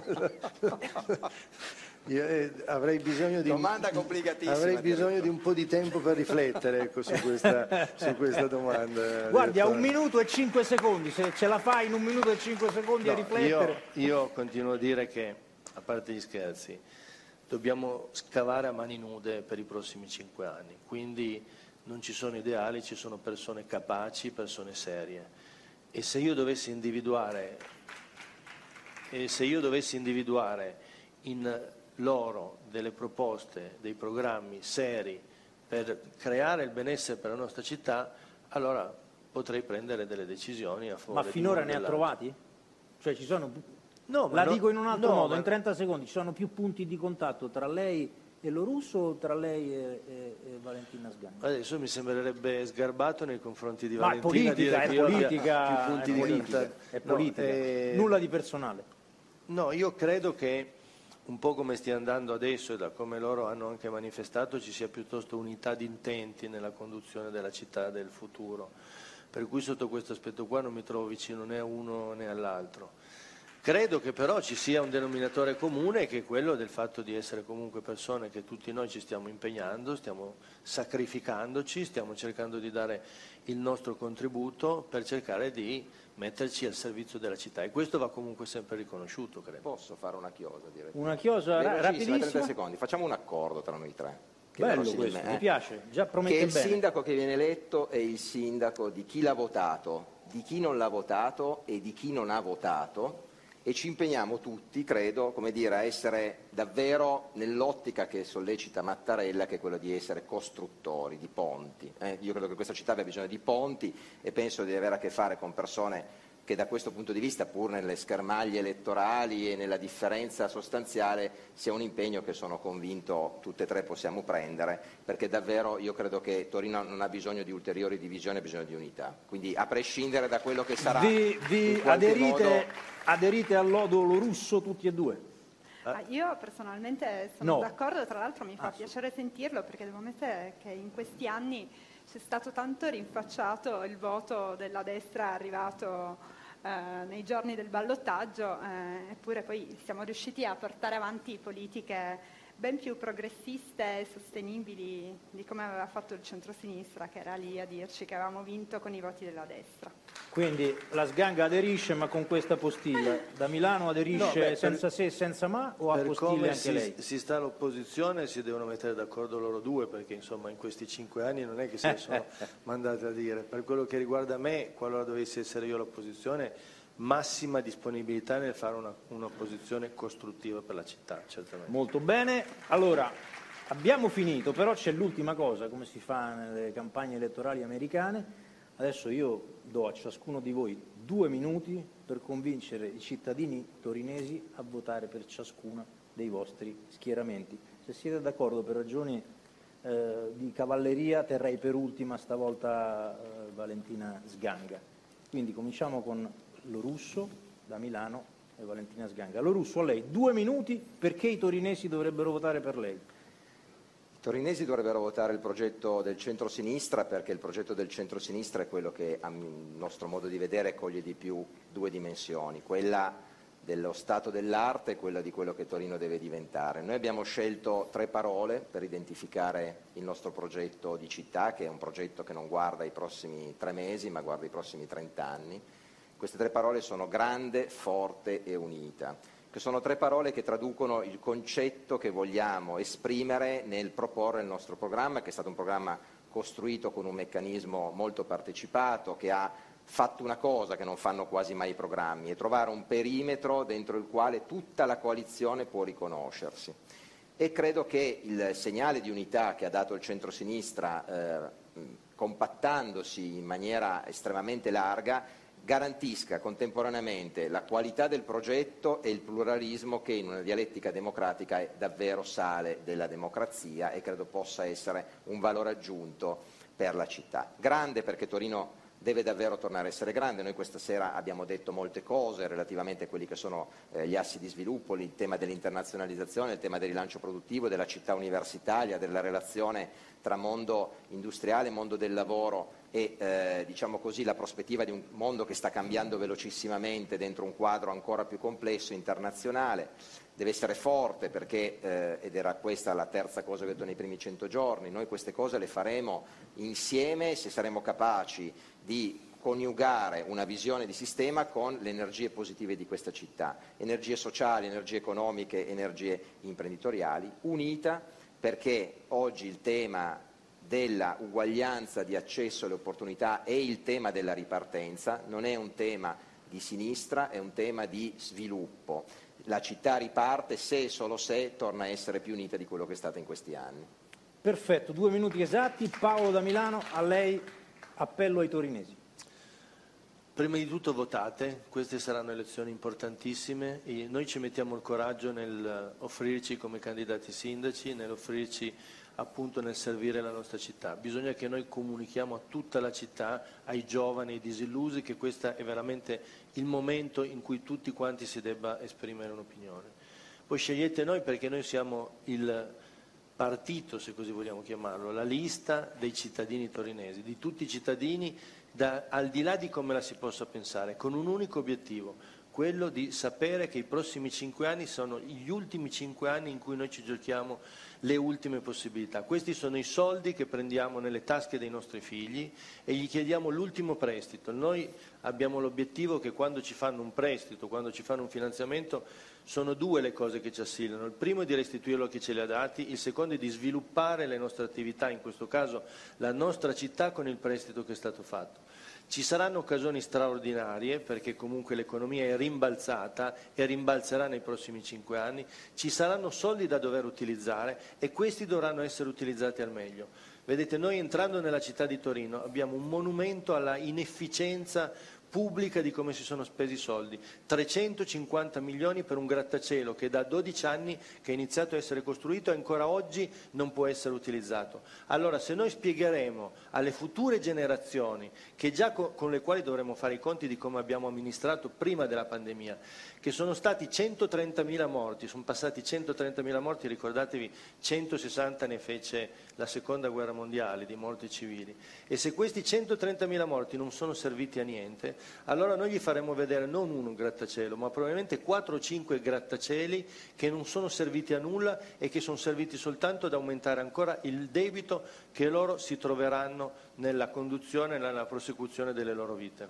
avrei bisogno di un po' di tempo per riflettere, ecco, su questa domanda. Guardi, a 1 minuto e 5 secondi, se ce la fai in 1 minuto e 5 secondi a riflettere. Io continuo a dire che, a parte gli scherzi, dobbiamo scavare a mani nude per i prossimi 5 anni, quindi non ci sono ideali, ci sono persone capaci, persone serie, e se io dovessi individuare in loro delle proposte, dei programmi seri per creare il benessere per la nostra città, allora potrei prendere delle decisioni a favore. Ma finora ne ha trovati? Cioè ci sono... dico in un altro modo, in 30 secondi, ci sono più punti di contatto tra lei e lo Russo o tra lei e Valentina Sganga? Adesso mi sembrerebbe sgarbato nei confronti di Ma Valentina dire che io abbia più punti di contatto. È politica, nulla di personale. No, io credo che un po' come stia andando adesso e da come loro hanno anche manifestato ci sia piuttosto unità di intenti nella conduzione della città del futuro, per cui sotto questo aspetto qua non mi trovo vicino né a uno né all'altro. Credo che però ci sia un denominatore comune, che è quello del fatto di essere comunque persone che tutti noi ci stiamo impegnando, stiamo sacrificandoci, stiamo cercando di dare il nostro contributo per cercare di metterci al servizio della città, e questo va comunque sempre riconosciuto, credo. Posso fare una chiosa? Direi. Una chiosa rapidissima? 30 secondi, facciamo un accordo tra noi tre. Bello questo, mi piace, già promette che bene. Il sindaco che viene eletto è il sindaco di chi l'ha votato, di chi non l'ha votato e di chi non ha votato, e ci impegniamo tutti, credo, come dire, a essere davvero nell'ottica che sollecita Mattarella, che è quello di essere costruttori di ponti. Io credo che questa città abbia bisogno di ponti e penso di avere a che fare con persone che da questo punto di vista, pur nelle schermaglie elettorali e nella differenza sostanziale, sia un impegno che sono convinto tutte e tre possiamo prendere, perché davvero io credo che Torino non ha bisogno di ulteriori divisioni, ha bisogno di unità. Quindi a prescindere da quello che sarà... Vi aderite al lodo Russo tutti e due? Io personalmente sono d'accordo, tra l'altro mi fa piacere sentirlo, perché devo ammettere che in questi anni c'è stato tanto rinfacciato il voto della destra arrivato nei giorni del ballottaggio, eppure poi siamo riusciti a portare avanti politiche ben più progressiste e sostenibili di come aveva fatto il centrosinistra, che era lì a dirci che avevamo vinto con i voti della destra. Quindi la Sganga aderisce, ma con questa postilla. Da Milano aderisce senza se e senza ma, o a postille anche lei? Si sta all'opposizione, si devono mettere d'accordo loro due, perché insomma in questi 5 anni non è che si sono mandati a dire. Per quello che riguarda me, qualora dovessi essere io all'opposizione, massima disponibilità nel fare una posizione costruttiva per la città, certamente. Molto bene, allora abbiamo finito, però c'è l'ultima cosa, come si fa nelle campagne elettorali americane. Adesso io do a ciascuno di voi 2 minuti per convincere i cittadini torinesi a votare per ciascuno dei vostri schieramenti. Se siete d'accordo, per ragioni di cavalleria terrei per ultima stavolta Valentina Sganga. Quindi cominciamo con Lorusso da Milano e Valentina Sganga. Lorusso, a lei 2 minuti perché i torinesi dovrebbero votare per lei. I torinesi dovrebbero votare il progetto del centro-sinistra, perché il progetto del centro-sinistra è quello che, a nostro modo di vedere, coglie di più 2 dimensioni, quella dello stato dell'arte e quella di quello che Torino deve diventare. Noi abbiamo scelto 3 parole per identificare il nostro progetto di città, che è un progetto che non guarda i prossimi 3 mesi, ma guarda i prossimi 30 anni. Queste 3 parole sono grande, forte e unita, che sono 3 parole che traducono il concetto che vogliamo esprimere nel proporre il nostro programma, che è stato un programma costruito con un meccanismo molto partecipato, che ha fatto una cosa che non fanno quasi mai i programmi, è trovare un perimetro dentro il quale tutta la coalizione può riconoscersi. E credo che il segnale di unità che ha dato il centrosinistra, compattandosi in maniera estremamente larga, garantisca contemporaneamente la qualità del progetto e il pluralismo che in una dialettica democratica è davvero sale della democrazia e credo possa essere un valore aggiunto per la città. Grande perché Torino deve davvero tornare a essere grande. Noi questa sera abbiamo detto molte cose relativamente a quelli che sono gli assi di sviluppo, il tema dell'internazionalizzazione, il tema del rilancio produttivo, della città universitaria, della relazione tra mondo industriale e mondo del lavoro e diciamo così la prospettiva di un mondo che sta cambiando velocissimamente dentro un quadro ancora più complesso internazionale. Deve essere forte perché, ed era questa la terza cosa che ho detto nei primi 100 giorni, noi queste cose le faremo insieme se saremo capaci di coniugare una visione di sistema con le energie positive di questa città, energie sociali, energie economiche, energie imprenditoriali, unita perché oggi il tema della uguaglianza di accesso alle opportunità e il tema della ripartenza non è un tema di sinistra, è un tema di sviluppo. La città riparte se e solo se torna a essere più unita di quello che è stata in questi anni. Perfetto, 2 minuti esatti. Paolo da Milano, a lei appello ai torinesi. Prima di tutto votate, queste saranno elezioni importantissime e noi ci mettiamo il coraggio nel offrirci come candidati sindaci, nell'offrirci appunto nel servire la nostra città. Bisogna che noi comunichiamo a tutta la città, ai giovani, ai disillusi, che questo è veramente il momento in cui tutti quanti si debba esprimere un'opinione. Poi scegliete noi perché noi siamo il partito, se così vogliamo chiamarlo, la lista dei cittadini torinesi, di tutti i cittadini, al di là di come la si possa pensare, con un unico obiettivo, quello di sapere che i prossimi 5 anni sono gli ultimi 5 anni in cui noi ci giochiamo le ultime possibilità. Questi sono i soldi che prendiamo nelle tasche dei nostri figli e gli chiediamo l'ultimo prestito. Noi abbiamo l'obiettivo che quando ci fanno un prestito, quando ci fanno un finanziamento, sono 2 le cose che ci assilano. Il primo è di restituirlo a chi ce li ha dati, il secondo è di sviluppare le nostre attività, in questo caso la nostra città con il prestito che è stato fatto. Ci saranno occasioni straordinarie perché comunque l'economia è rimbalzata e rimbalzerà nei prossimi 5 anni, ci saranno soldi da dover utilizzare e questi dovranno essere utilizzati al meglio. Vedete, noi entrando nella città di Torino abbiamo un monumento alla inefficienza pubblica di come si sono spesi i soldi, 350 milioni per un grattacielo che da 12 anni che è iniziato a essere costruito e ancora oggi non può essere utilizzato. Allora se noi spiegheremo alle future generazioni, che già con le quali dovremo fare i conti di come abbiamo amministrato prima della pandemia, che sono stati 130.000 morti, sono passati 130.000 morti, ricordatevi 160 ne fece la seconda guerra mondiale di morti civili, e se questi 130.000 morti non sono serviti a niente, allora noi gli faremo vedere non un grattacielo, ma probabilmente 4 o 5 grattacieli che non sono serviti a nulla e che sono serviti soltanto ad aumentare ancora il debito che loro si troveranno nella conduzione e nella prosecuzione delle loro vite.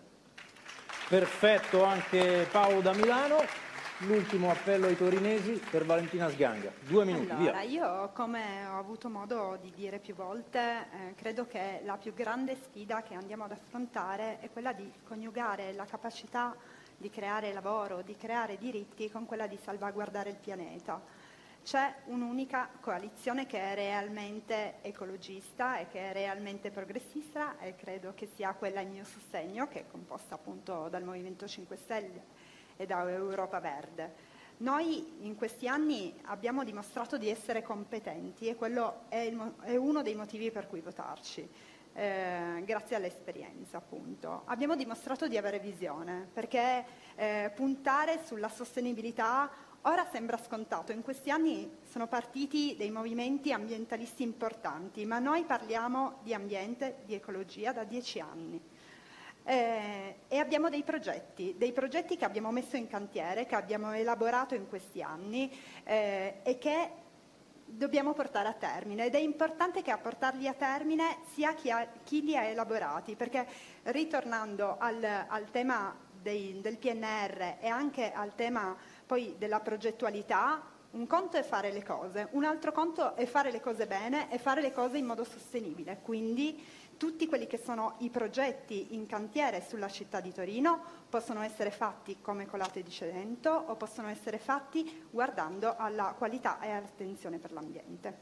Perfetto anche Paolo da Milano. L'ultimo appello ai torinesi per Valentina Sganga. 2 minuti, allora, via. Io, come ho avuto modo di dire più volte, credo che la più grande sfida che andiamo ad affrontare è quella di coniugare la capacità di creare lavoro, di creare diritti, con quella di salvaguardare il pianeta. C'è un'unica coalizione che è realmente ecologista e che è realmente progressista, e credo che sia quella in mio sostegno, che è composta appunto dal Movimento 5 Stelle e da Europa Verde. Noi in questi anni abbiamo dimostrato di essere competenti e quello è uno dei motivi per cui votarci. Grazie all'esperienza, appunto. Abbiamo dimostrato di avere visione, perché puntare sulla sostenibilità ora sembra scontato. In questi anni sono partiti dei movimenti ambientalisti importanti, ma noi parliamo di ambiente, di ecologia da 10 anni. E abbiamo dei progetti che abbiamo messo in cantiere, che abbiamo elaborato in questi anni e che dobbiamo portare a termine, ed è importante che a portarli a termine sia chi li ha elaborati, perché ritornando al tema del PNR e anche al tema poi della progettualità, un conto è fare le cose, un altro conto è fare le cose bene e fare le cose in modo sostenibile. Quindi tutti quelli che sono i progetti in cantiere sulla città di Torino possono essere fatti come Colate di Cedento o possono essere fatti guardando alla qualità e all'attenzione per l'ambiente.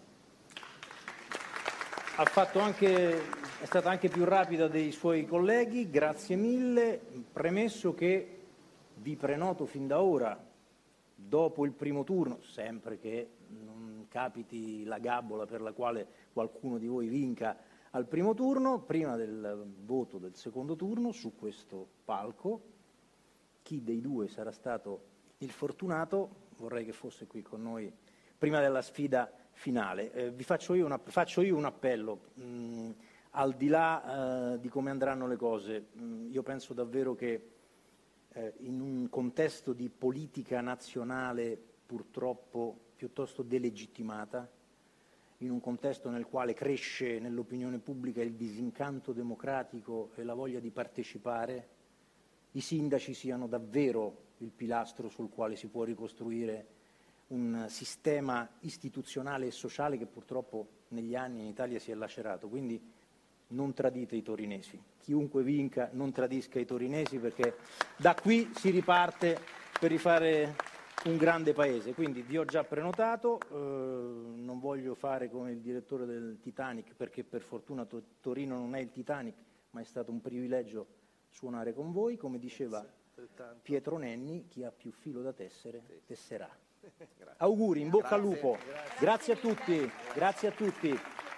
È stata anche più rapida dei suoi colleghi, grazie mille. Premesso che vi prenoto fin da ora, dopo il primo turno, sempre che non capiti la gabola per la quale qualcuno di voi vinca al primo turno, prima del voto del secondo turno, su questo palco, chi dei due sarà stato il fortunato, vorrei che fosse qui con noi prima della sfida finale. Vi faccio io un appello, al di là di come andranno le cose. Io penso davvero che in un contesto di politica nazionale purtroppo piuttosto delegittimata, in un contesto nel quale cresce nell'opinione pubblica il disincanto democratico e la voglia di partecipare, i sindaci siano davvero il pilastro sul quale si può ricostruire un sistema istituzionale e sociale che purtroppo negli anni in Italia si è lacerato. Quindi non tradite i torinesi. Chiunque vinca non tradisca i torinesi, perché da qui si riparte per rifare un grande paese. Quindi vi ho già prenotato, non voglio fare come il direttore del Titanic, perché per fortuna Torino non è il Titanic, ma è stato un privilegio suonare con voi. Come diceva Pietro Nenni, chi ha più filo da tessere, tesserà. Auguri, in bocca al lupo. Grazie a tutti.